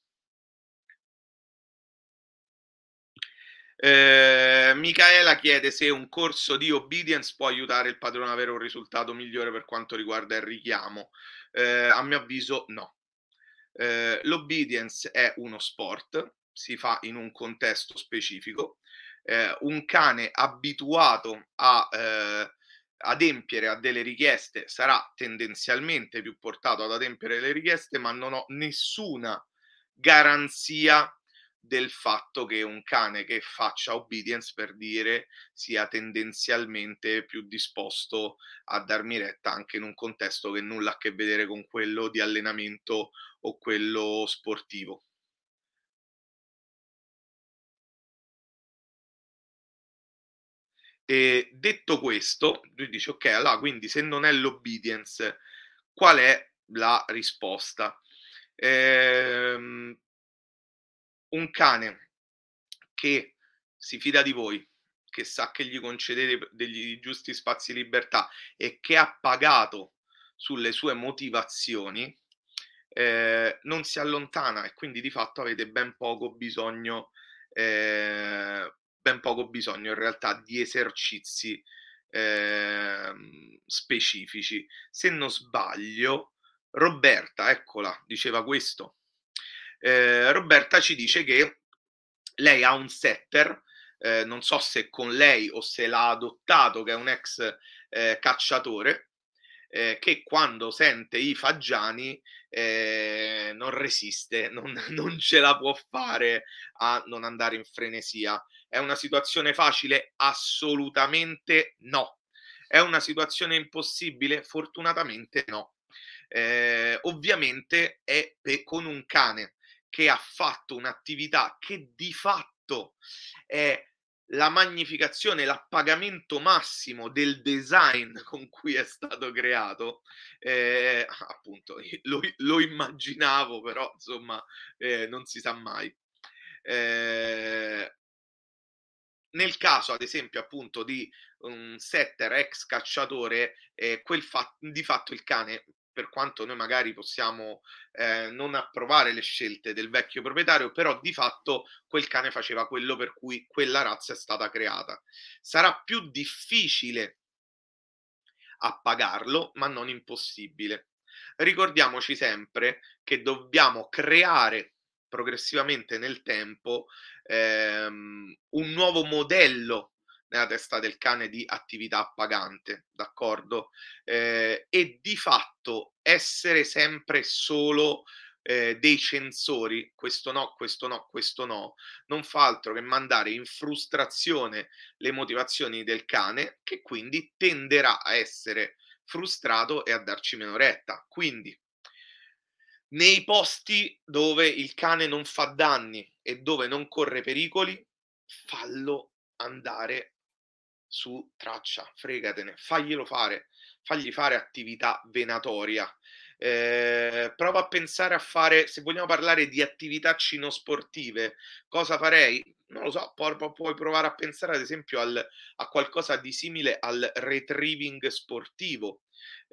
Micaela chiede se un corso di obedience può aiutare il padrone ad avere un risultato migliore per quanto riguarda il richiamo. A mio avviso no. L'obedience è uno sport, si fa in un contesto specifico. Un cane abituato a adempiere a delle richieste sarà tendenzialmente più portato ad adempiere alle richieste, ma non ho nessuna garanzia del fatto che un cane che faccia obedience, per dire, sia tendenzialmente più disposto a darmi retta anche in un contesto che nulla ha a che vedere con quello di allenamento o quello sportivo. Detto questo, lui dice: "Okay, allora quindi se non è l'obedience, qual è la risposta?" Ehm, un cane che si fida di voi, che sa che gli concedete degli giusti spazi di libertà e che ha pagato sulle sue motivazioni, non si allontana e quindi di fatto avete ben poco bisogno in realtà di esercizi, specifici. Se non sbaglio, Roberta, eccola, diceva questo. Roberta ci dice che lei ha un setter, non so se con lei o se l'ha adottato, che è un ex, cacciatore, che quando sente i fagiani, non resiste, non ce la può fare a non andare in frenesia. È una situazione facile? Assolutamente no. È una situazione impossibile? Fortunatamente no. Ovviamente è con un cane che ha fatto un'attività che di fatto è la magnificazione, l'appagamento massimo del design con cui è stato creato, appunto lo immaginavo, però insomma, non si sa mai. Ehm Nel caso, ad esempio, appunto di un setter ex cacciatore, di fatto il cane, per quanto noi magari possiamo, non approvare le scelte del vecchio proprietario, però di fatto quel cane faceva quello per cui quella razza è stata creata. Sarà più difficile appagarlo, ma non impossibile. Ricordiamoci sempre che dobbiamo creare progressivamente nel tempo un nuovo modello nella testa del cane di attività appagante, d'accordo? E di fatto essere sempre solo dei censori, questo no, questo no, questo no, non fa altro che mandare in frustrazione le motivazioni del cane, che quindi tenderà a essere frustrato e a darci meno retta. Quindi, nei posti dove il cane non fa danni e dove non corre pericoli, fallo andare su traccia, fregatene, faglielo fare, fagli fare attività venatoria. Prova a pensare a fare, se vogliamo parlare di attività cinosportive, cosa farei? Non lo so, puoi provare a pensare ad esempio a qualcosa di simile al retrieving sportivo,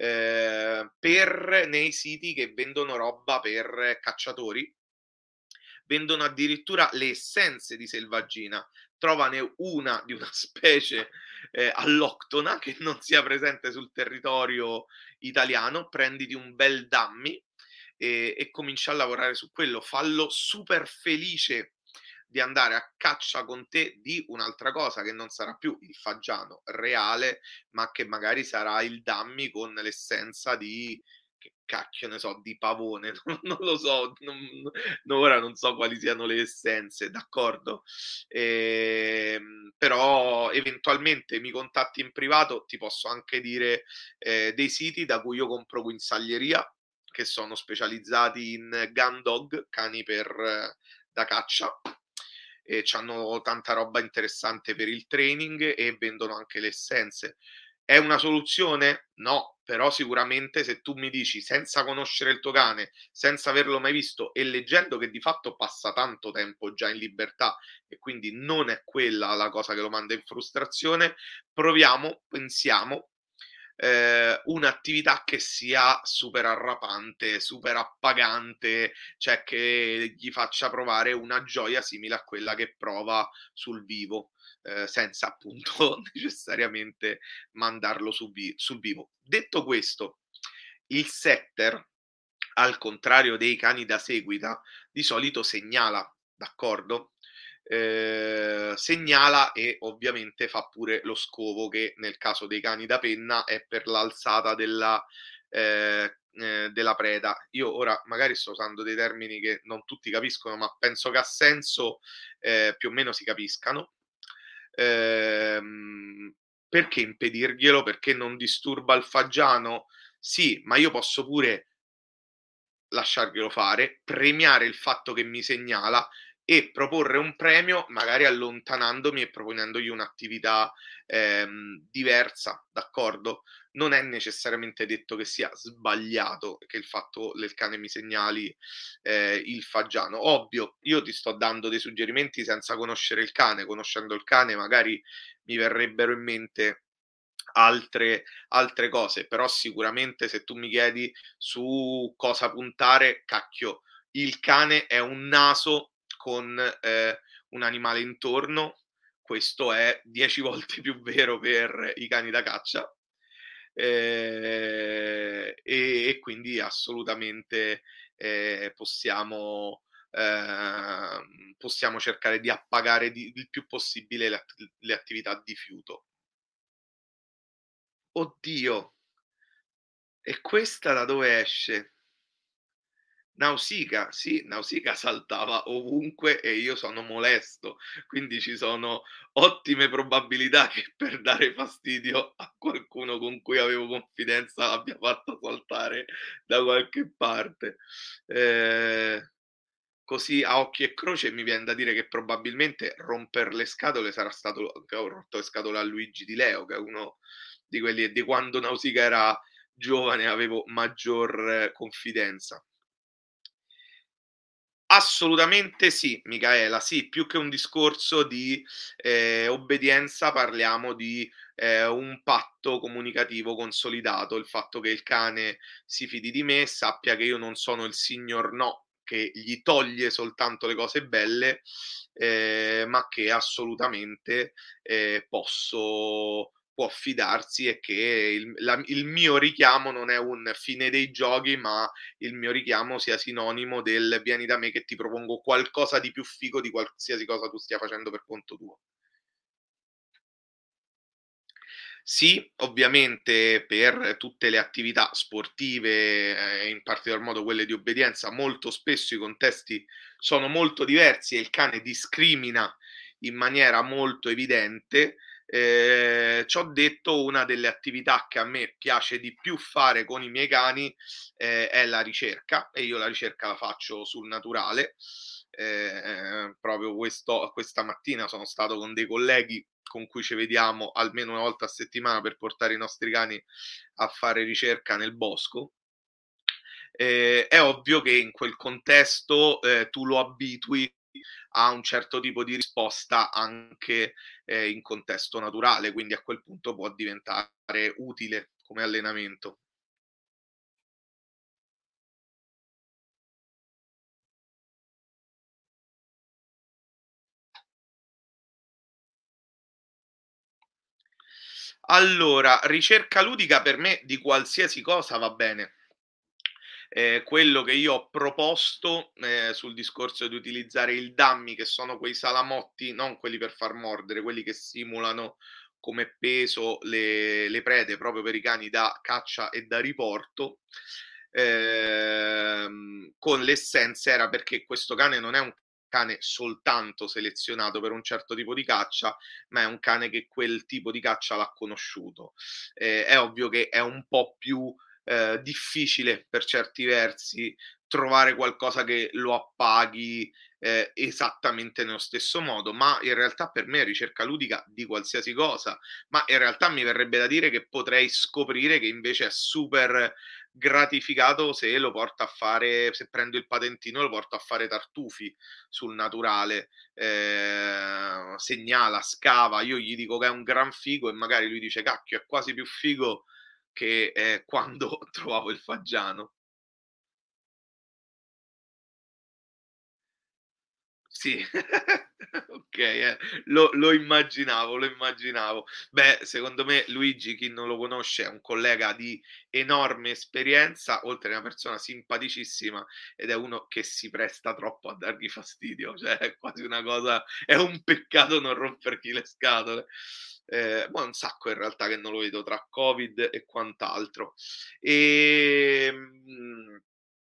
per nei siti che vendono roba per cacciatori, vendono addirittura le essenze di selvaggina. Trovane una di una specie alloctona che non sia presente sul territorio italiano, prenditi un bel dummy e comincia a lavorare su quello. Fallo super felice di andare a caccia con te di un'altra cosa che non sarà più il fagiano reale, ma che magari sarà il dummy con l'essenza di, che cacchio ne so, di pavone, non lo so, ora non so quali siano le essenze, d'accordo? Però eventualmente mi contatti in privato, ti posso anche dire dei siti da cui io compro guinzaglieria, che sono specializzati in gun dog, cani da caccia, e c'hanno tanta roba interessante per il training e vendono anche le essenze. È una soluzione? No, però sicuramente se tu mi dici senza conoscere il tuo cane, senza averlo mai visto e leggendo che di fatto passa tanto tempo già in libertà e quindi non è quella la cosa che lo manda in frustrazione, proviamo, pensiamo un'attività che sia super arrapante, super appagante, cioè che gli faccia provare una gioia simile a quella che prova sul vivo, senza appunto necessariamente mandarlo sul vivo. Detto questo, il setter, al contrario dei cani da seguita, di solito segnala, d'accordo? Segnala e ovviamente fa pure lo scovo che nel caso dei cani da penna è per l'alzata della preda. Io ora magari sto usando dei termini che non tutti capiscono, ma penso che a senso, più o meno si capiscano. Ehm, Perché impedirglielo? Perché non disturba il fagiano? Sì, ma io posso pure lasciarglielo fare, premiare il fatto che mi segnala e proporre un premio, magari allontanandomi e proponendogli un'attività, diversa, d'accordo? Non è necessariamente detto che sia sbagliato che il fatto che il cane mi segnali, il fagiano. Ovvio, io ti sto dando dei suggerimenti senza conoscere il cane, conoscendo il cane magari mi verrebbero in mente altre cose, però sicuramente se tu mi chiedi su cosa puntare, cacchio, il cane è un naso con, un animale intorno, questo è 10 volte più vero per i cani da caccia, e quindi assolutamente, possiamo cercare di appagare il più possibile le attività di fiuto. Oddio, e questa da dove esce? Nausicaa, sì, Nausicaa saltava ovunque e io sono molesto, quindi ci sono ottime probabilità che per dare fastidio a qualcuno con cui avevo confidenza l'abbia fatto saltare da qualche parte. Ehm, Così a occhio e croce mi vien da dire che probabilmente romper le scatole sarà stato che ho rotto le scatole a Luigi Di Leo, che è uno di quelli di quando Nausicaa era giovane avevo maggior confidenza. Assolutamente sì, Micaela. Sì, più che un discorso di, obbedienza parliamo di, un patto comunicativo consolidato, il fatto che il cane si fidi di me, sappia che io non sono il signor no, che gli toglie soltanto le cose belle, ma che assolutamente, può fidarsi e che il mio richiamo non è un fine dei giochi, ma il mio richiamo sia sinonimo del vieni da me che ti propongo qualcosa di più figo di qualsiasi cosa tu stia facendo per conto tuo. Sì, ovviamente per tutte le attività sportive, in particolar modo quelle di obbedienza, molto spesso i contesti sono molto diversi e il cane discrimina in maniera molto evidente. Ciò detto, una delle attività che a me piace di più fare con i miei cani, è la ricerca e io la ricerca la faccio sul naturale. Proprio questa mattina sono stato con dei colleghi con cui ci vediamo almeno una volta a settimana per portare i nostri cani a fare ricerca nel bosco. È ovvio che in quel contesto, tu lo abitui a un certo tipo di risposta anche, in contesto naturale, quindi a quel punto può diventare utile come allenamento. Allora, ricerca ludica per me di qualsiasi cosa va bene. Quello che io ho proposto, sul discorso di utilizzare il dummy, che sono quei salamotti, non quelli per far mordere, quelli che simulano come peso le prede, proprio per i cani da caccia e da riporto, con l'essenza era perché questo cane non è un cane soltanto selezionato per un certo tipo di caccia, ma è un cane che quel tipo di caccia l'ha conosciuto. È ovvio che è un po' più difficile per certi versi trovare qualcosa che lo appaghi, esattamente nello stesso modo, ma in realtà per me è ricerca ludica di qualsiasi cosa, ma in realtà mi verrebbe da dire che potrei scoprire che invece è super gratificato se lo porto a fare se prendo il patentino e lo porto a fare tartufi sul naturale, segnala, scava, io gli dico che è un gran figo e magari lui dice: "Cacchio, è quasi più figo che, quando trovavo il fagiano." Sì, okay, lo immaginavo, lo immaginavo. Beh, secondo me Luigi, chi non lo conosce, è un collega di enorme esperienza, oltre che una persona simpaticissima ed è uno che si presta troppo a dargli fastidio, cioè è quasi una cosa è un peccato non rompergli le scatole. ma è un sacco in realtà che non lo vedo tra Covid e quant'altro. Ehm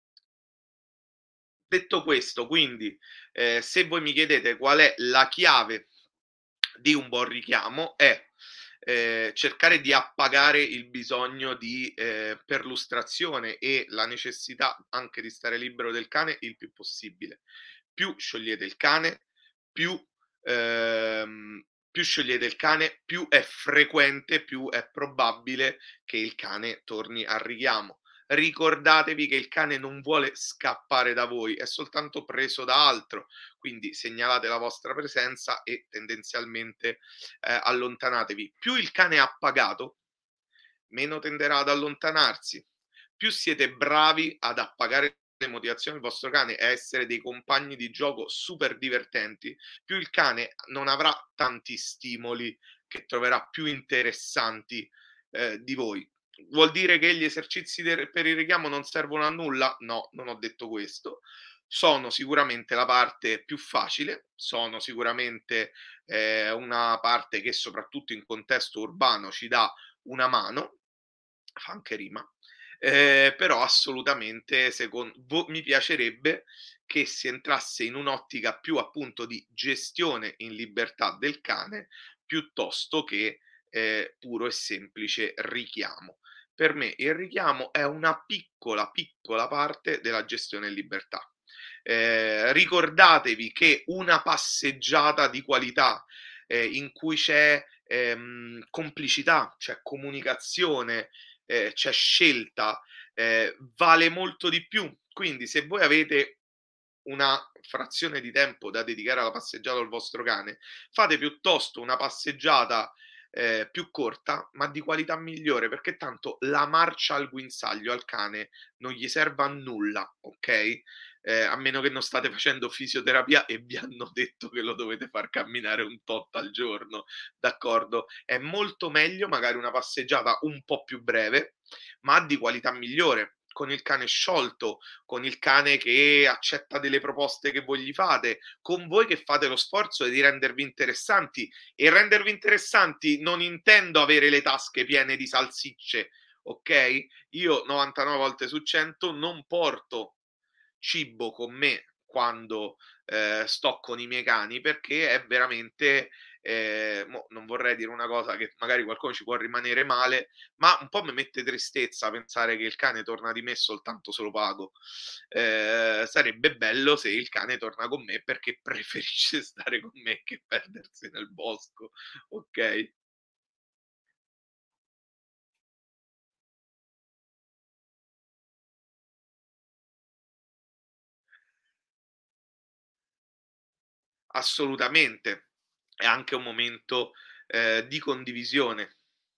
Detto questo, quindi, se voi mi chiedete qual è la chiave di un buon richiamo è, cercare di appagare il bisogno di perlustrazione e la necessità anche di stare libero del cane il più possibile. Più sciogliete il cane, più più sciogliete il cane, più è frequente, più è probabile che il cane torni al richiamo. Ricordatevi che il cane non vuole scappare da voi, è soltanto preso da altro, quindi segnalate la vostra presenza e tendenzialmente allontanatevi. Più il cane è appagato, meno tenderà ad allontanarsi. Più siete bravi ad appagare le motivazioni del vostro cane e a essere dei compagni di gioco super divertenti, più il cane non avrà tanti stimoli che troverà più interessanti di voi. Vuol dire che gli esercizi per il richiamo non servono a nulla? No, non ho detto questo. Sono sicuramente la parte più facile, sono sicuramente una parte che soprattutto in contesto urbano ci dà una mano, fa anche rima, però assolutamente mi piacerebbe che si entrasse in un'ottica più appunto di gestione in libertà del cane, piuttosto che, puro e semplice richiamo. Per me il richiamo è una piccola, piccola parte della gestione in libertà. Ricordatevi che una passeggiata di qualità, in cui c'è, complicità, c'è comunicazione, c'è scelta, vale molto di più. Quindi se voi avete una frazione di tempo da dedicare alla passeggiata col vostro cane, fate piuttosto una passeggiata, più corta, ma di qualità migliore, perché tanto la marcia al guinzaglio al cane non gli serve a nulla, okay, a meno che non state facendo fisioterapia e vi hanno detto che lo dovete far camminare un tot al giorno, d'accordo? È molto meglio magari una passeggiata un po' più breve, ma di qualità migliore, con il cane sciolto, con il cane che accetta delle proposte che voi gli fate, con voi che fate lo sforzo di rendervi interessanti. E rendervi interessanti non intendo avere le tasche piene di salsicce, ok? Io 99 volte su 100 non porto cibo con me quando sto con i miei cani perché è veramente, non vorrei dire una cosa che magari qualcuno ci può rimanere male, ma un po' mi mette tristezza pensare che il cane torna di me soltanto se lo pago. Sarebbe bello se il cane torna con me perché preferisce stare con me che perdersi nel bosco, ok? Assolutamente. È anche un momento di condivisione.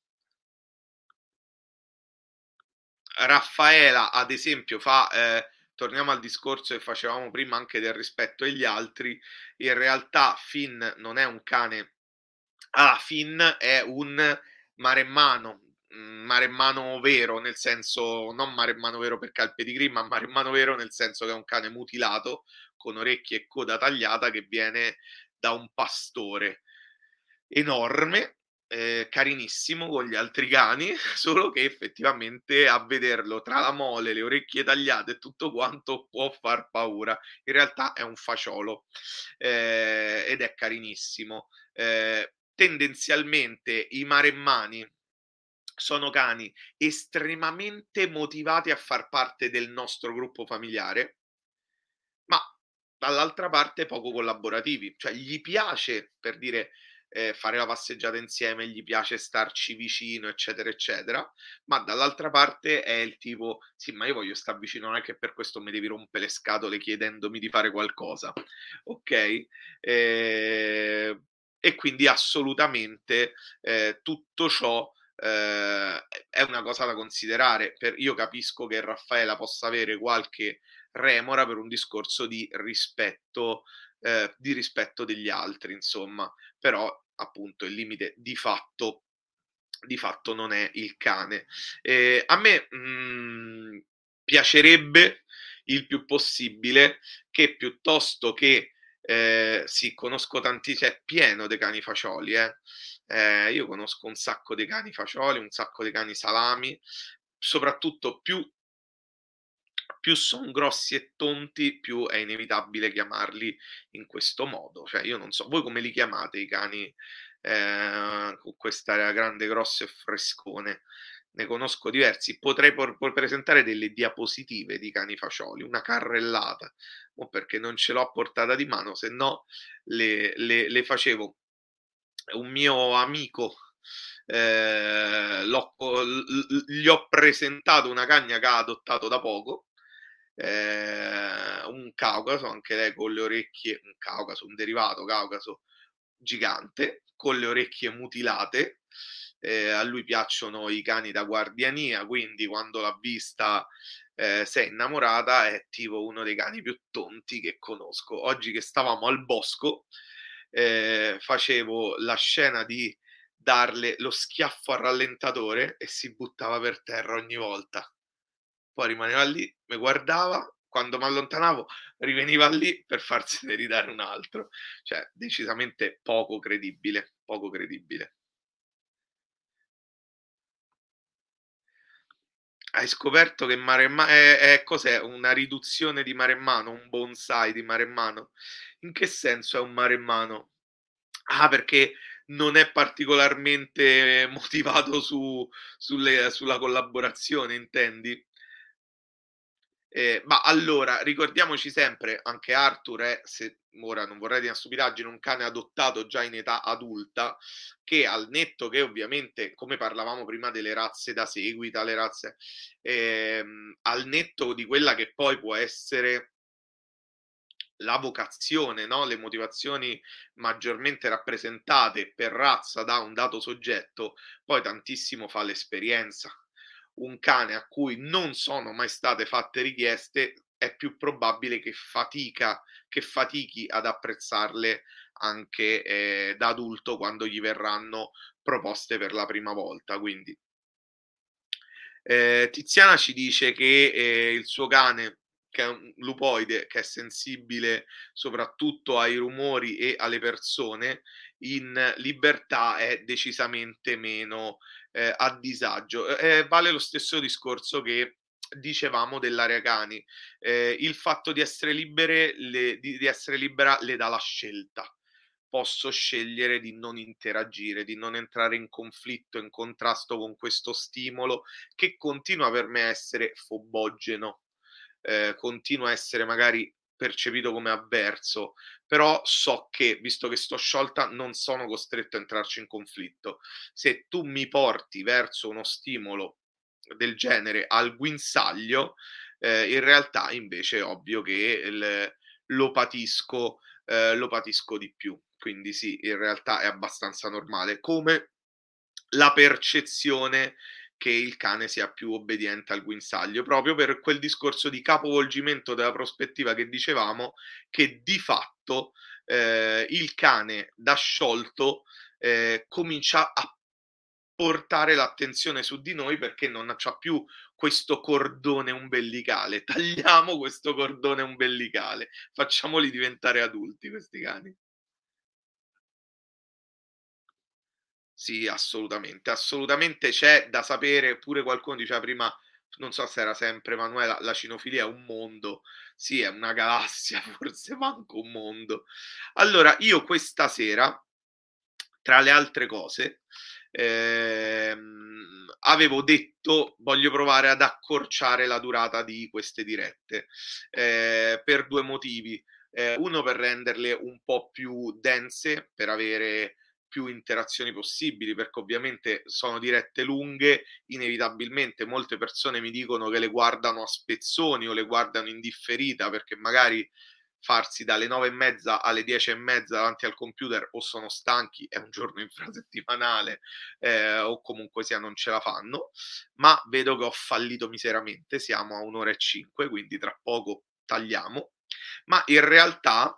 Raffaela, ad esempio, torniamo al discorso che facevamo prima anche del rispetto agli altri, in realtà Finn non è un cane. Finn è un maremmano, maremmano vero, nel senso non maremmano vero perché ha il pedigree, ma maremmano vero nel senso che è un cane mutilato, con orecchie e coda tagliata, che viene da un pastore enorme, carinissimo con gli altri cani, solo che effettivamente a vederlo tra la mole, le orecchie tagliate e tutto quanto può far paura. In realtà è un faciolo, ed è carinissimo. Tendenzialmente i maremmani sono cani estremamente motivati a far parte del nostro gruppo familiare, ma dall'altra parte poco collaborativi, cioè gli piace, per dire, fare la passeggiata insieme, gli piace starci vicino, eccetera, eccetera, ma dall'altra parte è il tipo: "Sì, ma io voglio star vicino, non è che per questo mi devi rompere le scatole chiedendomi di fare qualcosa." Okay? E quindi assolutamente, tutto ciò, è una cosa da considerare. Io capisco che Raffaela possa avere qualche remora per un discorso di rispetto degli altri insomma, però appunto il limite di fatto non è il cane. A me, piacerebbe il più possibile che piuttosto che sì, conosco tanti, cioè è pieno de cani facioli, Io conosco un sacco di cani fagioli, un sacco di cani salami, soprattutto più son grossi e tonti, più è inevitabile chiamarli in questo modo. Cioè, io non so, voi come li chiamate i cani, con questa grande, grosso e frescone? Ne conosco diversi. Potrei presentare delle diapositive di cani fagioli, una carrellata, mo perché non ce l'ho a portata di mano, se no le facevo. Un mio amico, l'ho co l l gli ho presentato una cagna che ha adottato da poco, un caucaso, anche lei con le orecchie, un caucaso, un derivato caucaso gigante, con le orecchie mutilate. A lui piacciono i cani da guardiania, quindi quando l'ha vista, s'è innamorata. È tipo uno dei cani più tonti che conosco. Oggi che stavamo al bosco, facevo la scena di darle lo schiaffo al rallentatore e si buttava per terra ogni volta. Poi rimaneva lì, me guardava, quando m'allontanavo riveniva lì per farsene ridare un altro. Cioè, decisamente poco credibile, poco credibile. Hai scoperto che maremma è cos'è? Una riduzione di maremmano, un bonsai di maremmano? In che senso è un maremmano? Ah, perché non è particolarmente motivato sulla collaborazione, intendi? Ma allora, ricordiamoci sempre, anche Arthur è, se ora non vorrei dire una stupidaggine, un cane adottato già in età adulta, che al netto che ovviamente, come parlavamo prima delle razze da seguita, le razze, al netto di quella che poi può essere la vocazione, no, le motivazioni maggiormente rappresentate per razza da un dato soggetto, poi tantissimo fa l'esperienza. Un cane a cui non sono mai state fatte richieste è più probabile che fatichi ad apprezzarle anche, da adulto quando gli verranno proposte per la prima volta. Quindi Tiziana ci dice che, il suo cane, che è un lupoide, che è sensibile soprattutto ai rumori e alle persone, in libertà è decisamente meno, a disagio. Vale lo stesso discorso che dicevamo dell'area cani. Il fatto di essere libere le di essere libera le dà la scelta. Posso scegliere di non interagire, di non entrare in conflitto, in contrasto con questo stimolo che continua per me a essere fobogeno, continua a essere magari percepito come avverso, però so che, visto che sto sciolta, non sono costretto a entrarci in conflitto. Se tu mi porti verso uno stimolo del genere al guinzaglio, in realtà invece è ovvio che lo patisco di più. Quindi sì, in realtà è abbastanza normale, come la percezione che il cane sia più obbediente al guinzaglio, proprio per quel discorso di capovolgimento della prospettiva che dicevamo, che di fatto, il cane da sciolto, comincia a portare l'attenzione su di noi perché non c'ha più questo cordone umbilicale. Tagliamo questo cordone umbilicale, facciamoli diventare adulti questi cani. Sì, assolutamente, assolutamente c'è da sapere. Pure qualcuno diceva prima, non so se era sempre Emanuela, la cinofilia è un mondo. Sì, è una galassia, forse manco un mondo. Allora, io questa sera, tra le altre cose, avevo detto: "Voglio provare ad accorciare la durata di queste dirette", per 2 motivi: uno per renderle un po' più dense, per avere più interazioni possibili, perché ovviamente sono dirette lunghe, inevitabilmente molte persone mi dicono che le guardano a spezzoni o le guardano in differita, perché magari farsi dalle 9 e mezza alle 10 e mezza davanti al computer o sono stanchi, è un giorno infrasettimanale, o comunque sia non ce la fanno, ma vedo che ho fallito miseramente, siamo a 1 ora e 5, quindi tra poco tagliamo. Ma in realtà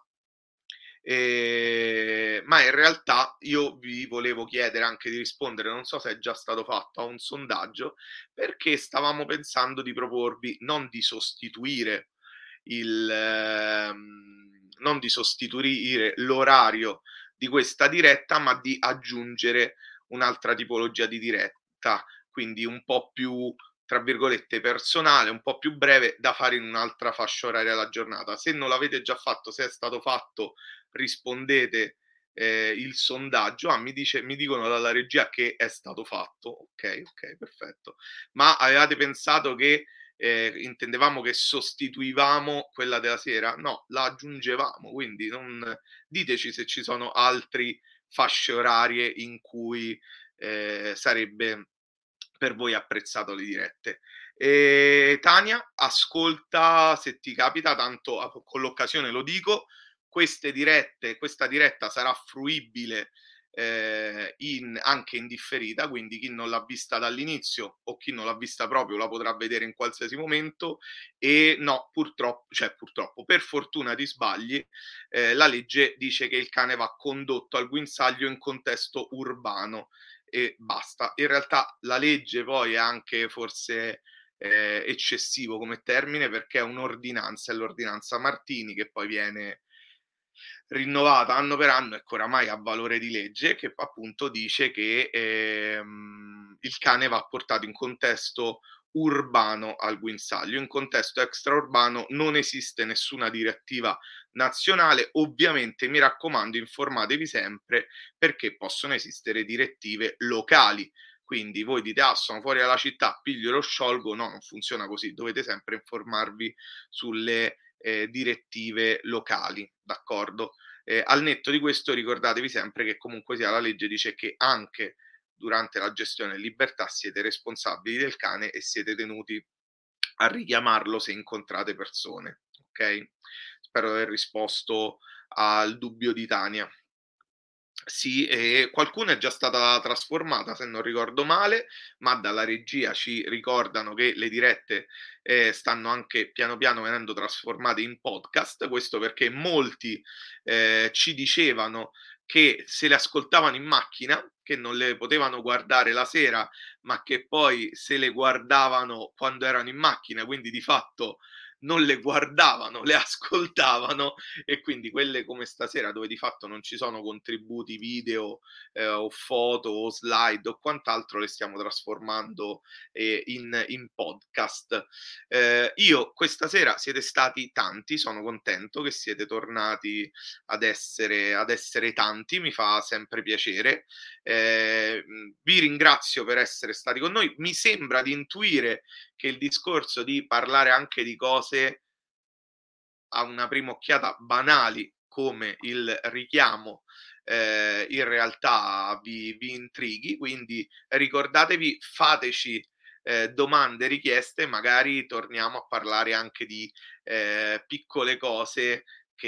io vi volevo chiedere anche di rispondere, non so se è già stato fatto, a un sondaggio, perché stavamo pensando di proporvi non di sostituire non di sostituire l'orario di questa diretta, ma di aggiungere un'altra tipologia di diretta, quindi un po' più, tra virgolette, personale, un po' più breve, da fare in un'altra fascia oraria della giornata. Se non l'avete già fatto, se è stato fatto, rispondete il sondaggio. Mi dicono dalla regia che è stato fatto. Ok, perfetto. Ma avevate pensato che intendevamo che sostituivamo quella della sera? No, la aggiungevamo, quindi non diteci se ci sono altri fasce orarie in cui sarebbe per voi apprezzato le dirette. Tania, ascolta se ti capita, tanto con l'occasione lo dico, questa diretta sarà fruibile anche in differita, quindi chi non l'ha vista dall'inizio o chi non l'ha vista proprio la potrà vedere in qualsiasi momento. E no, purtroppo, per fortuna ti sbagli, la legge dice che il cane va condotto al guinzaglio in contesto urbano e basta. In realtà la legge poi è anche forse eccessivo come termine, perché è un'ordinanza, è l'ordinanza Martini, che poi viene rinnovata anno per anno e che oramai ha valore di legge, che appunto dice che il cane va portato in contesto urbano al guinzaglio. In contesto extraurbano non esiste nessuna direttiva nazionale. Ovviamente, mi raccomando, informatevi sempre, perché possono esistere direttive locali. Quindi voi dite: ah, sono fuori dalla città, piglio e lo sciolgo. No, non funziona così, dovete sempre informarvi sulle direttive locali, d'accordo? Al netto di questo, ricordatevi sempre che comunque sia la legge dice che anche durante la gestione in libertà siete responsabili del cane e siete tenuti a richiamarlo se incontrate persone, ok? Spero di aver risposto al dubbio di Tania. Sì, qualcuna è già stata trasformata, se non ricordo male, ma dalla regia ci ricordano che le dirette stanno anche piano piano venendo trasformate in podcast. Questo perché molti ci dicevano che se le ascoltavano in macchina, che non le potevano guardare la sera, ma che poi se le guardavano quando erano in macchina, quindi di fatto non le guardavano, le ascoltavano. E quindi quelle come stasera, dove di fatto non ci sono contributi video o foto o slide o quant'altro, le stiamo trasformando in podcast. Io questa sera siete stati tanti, sono contento che siete tornati ad essere tanti, mi fa sempre piacere. Vi ringrazio per essere stati con noi. Mi sembra di intuire che il discorso di parlare anche di cose a una prima occhiata banali, come il richiamo, in realtà vi intrighi. Quindi ricordatevi, fateci domande, richieste, magari torniamo a parlare anche di piccole cose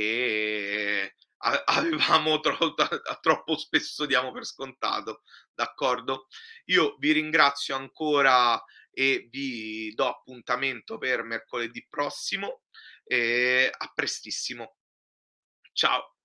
che avevamo troppo spesso diamo per scontato, d'accordo? Io vi ringrazio ancora e vi do appuntamento per mercoledì prossimo. A prestissimo. Ciao.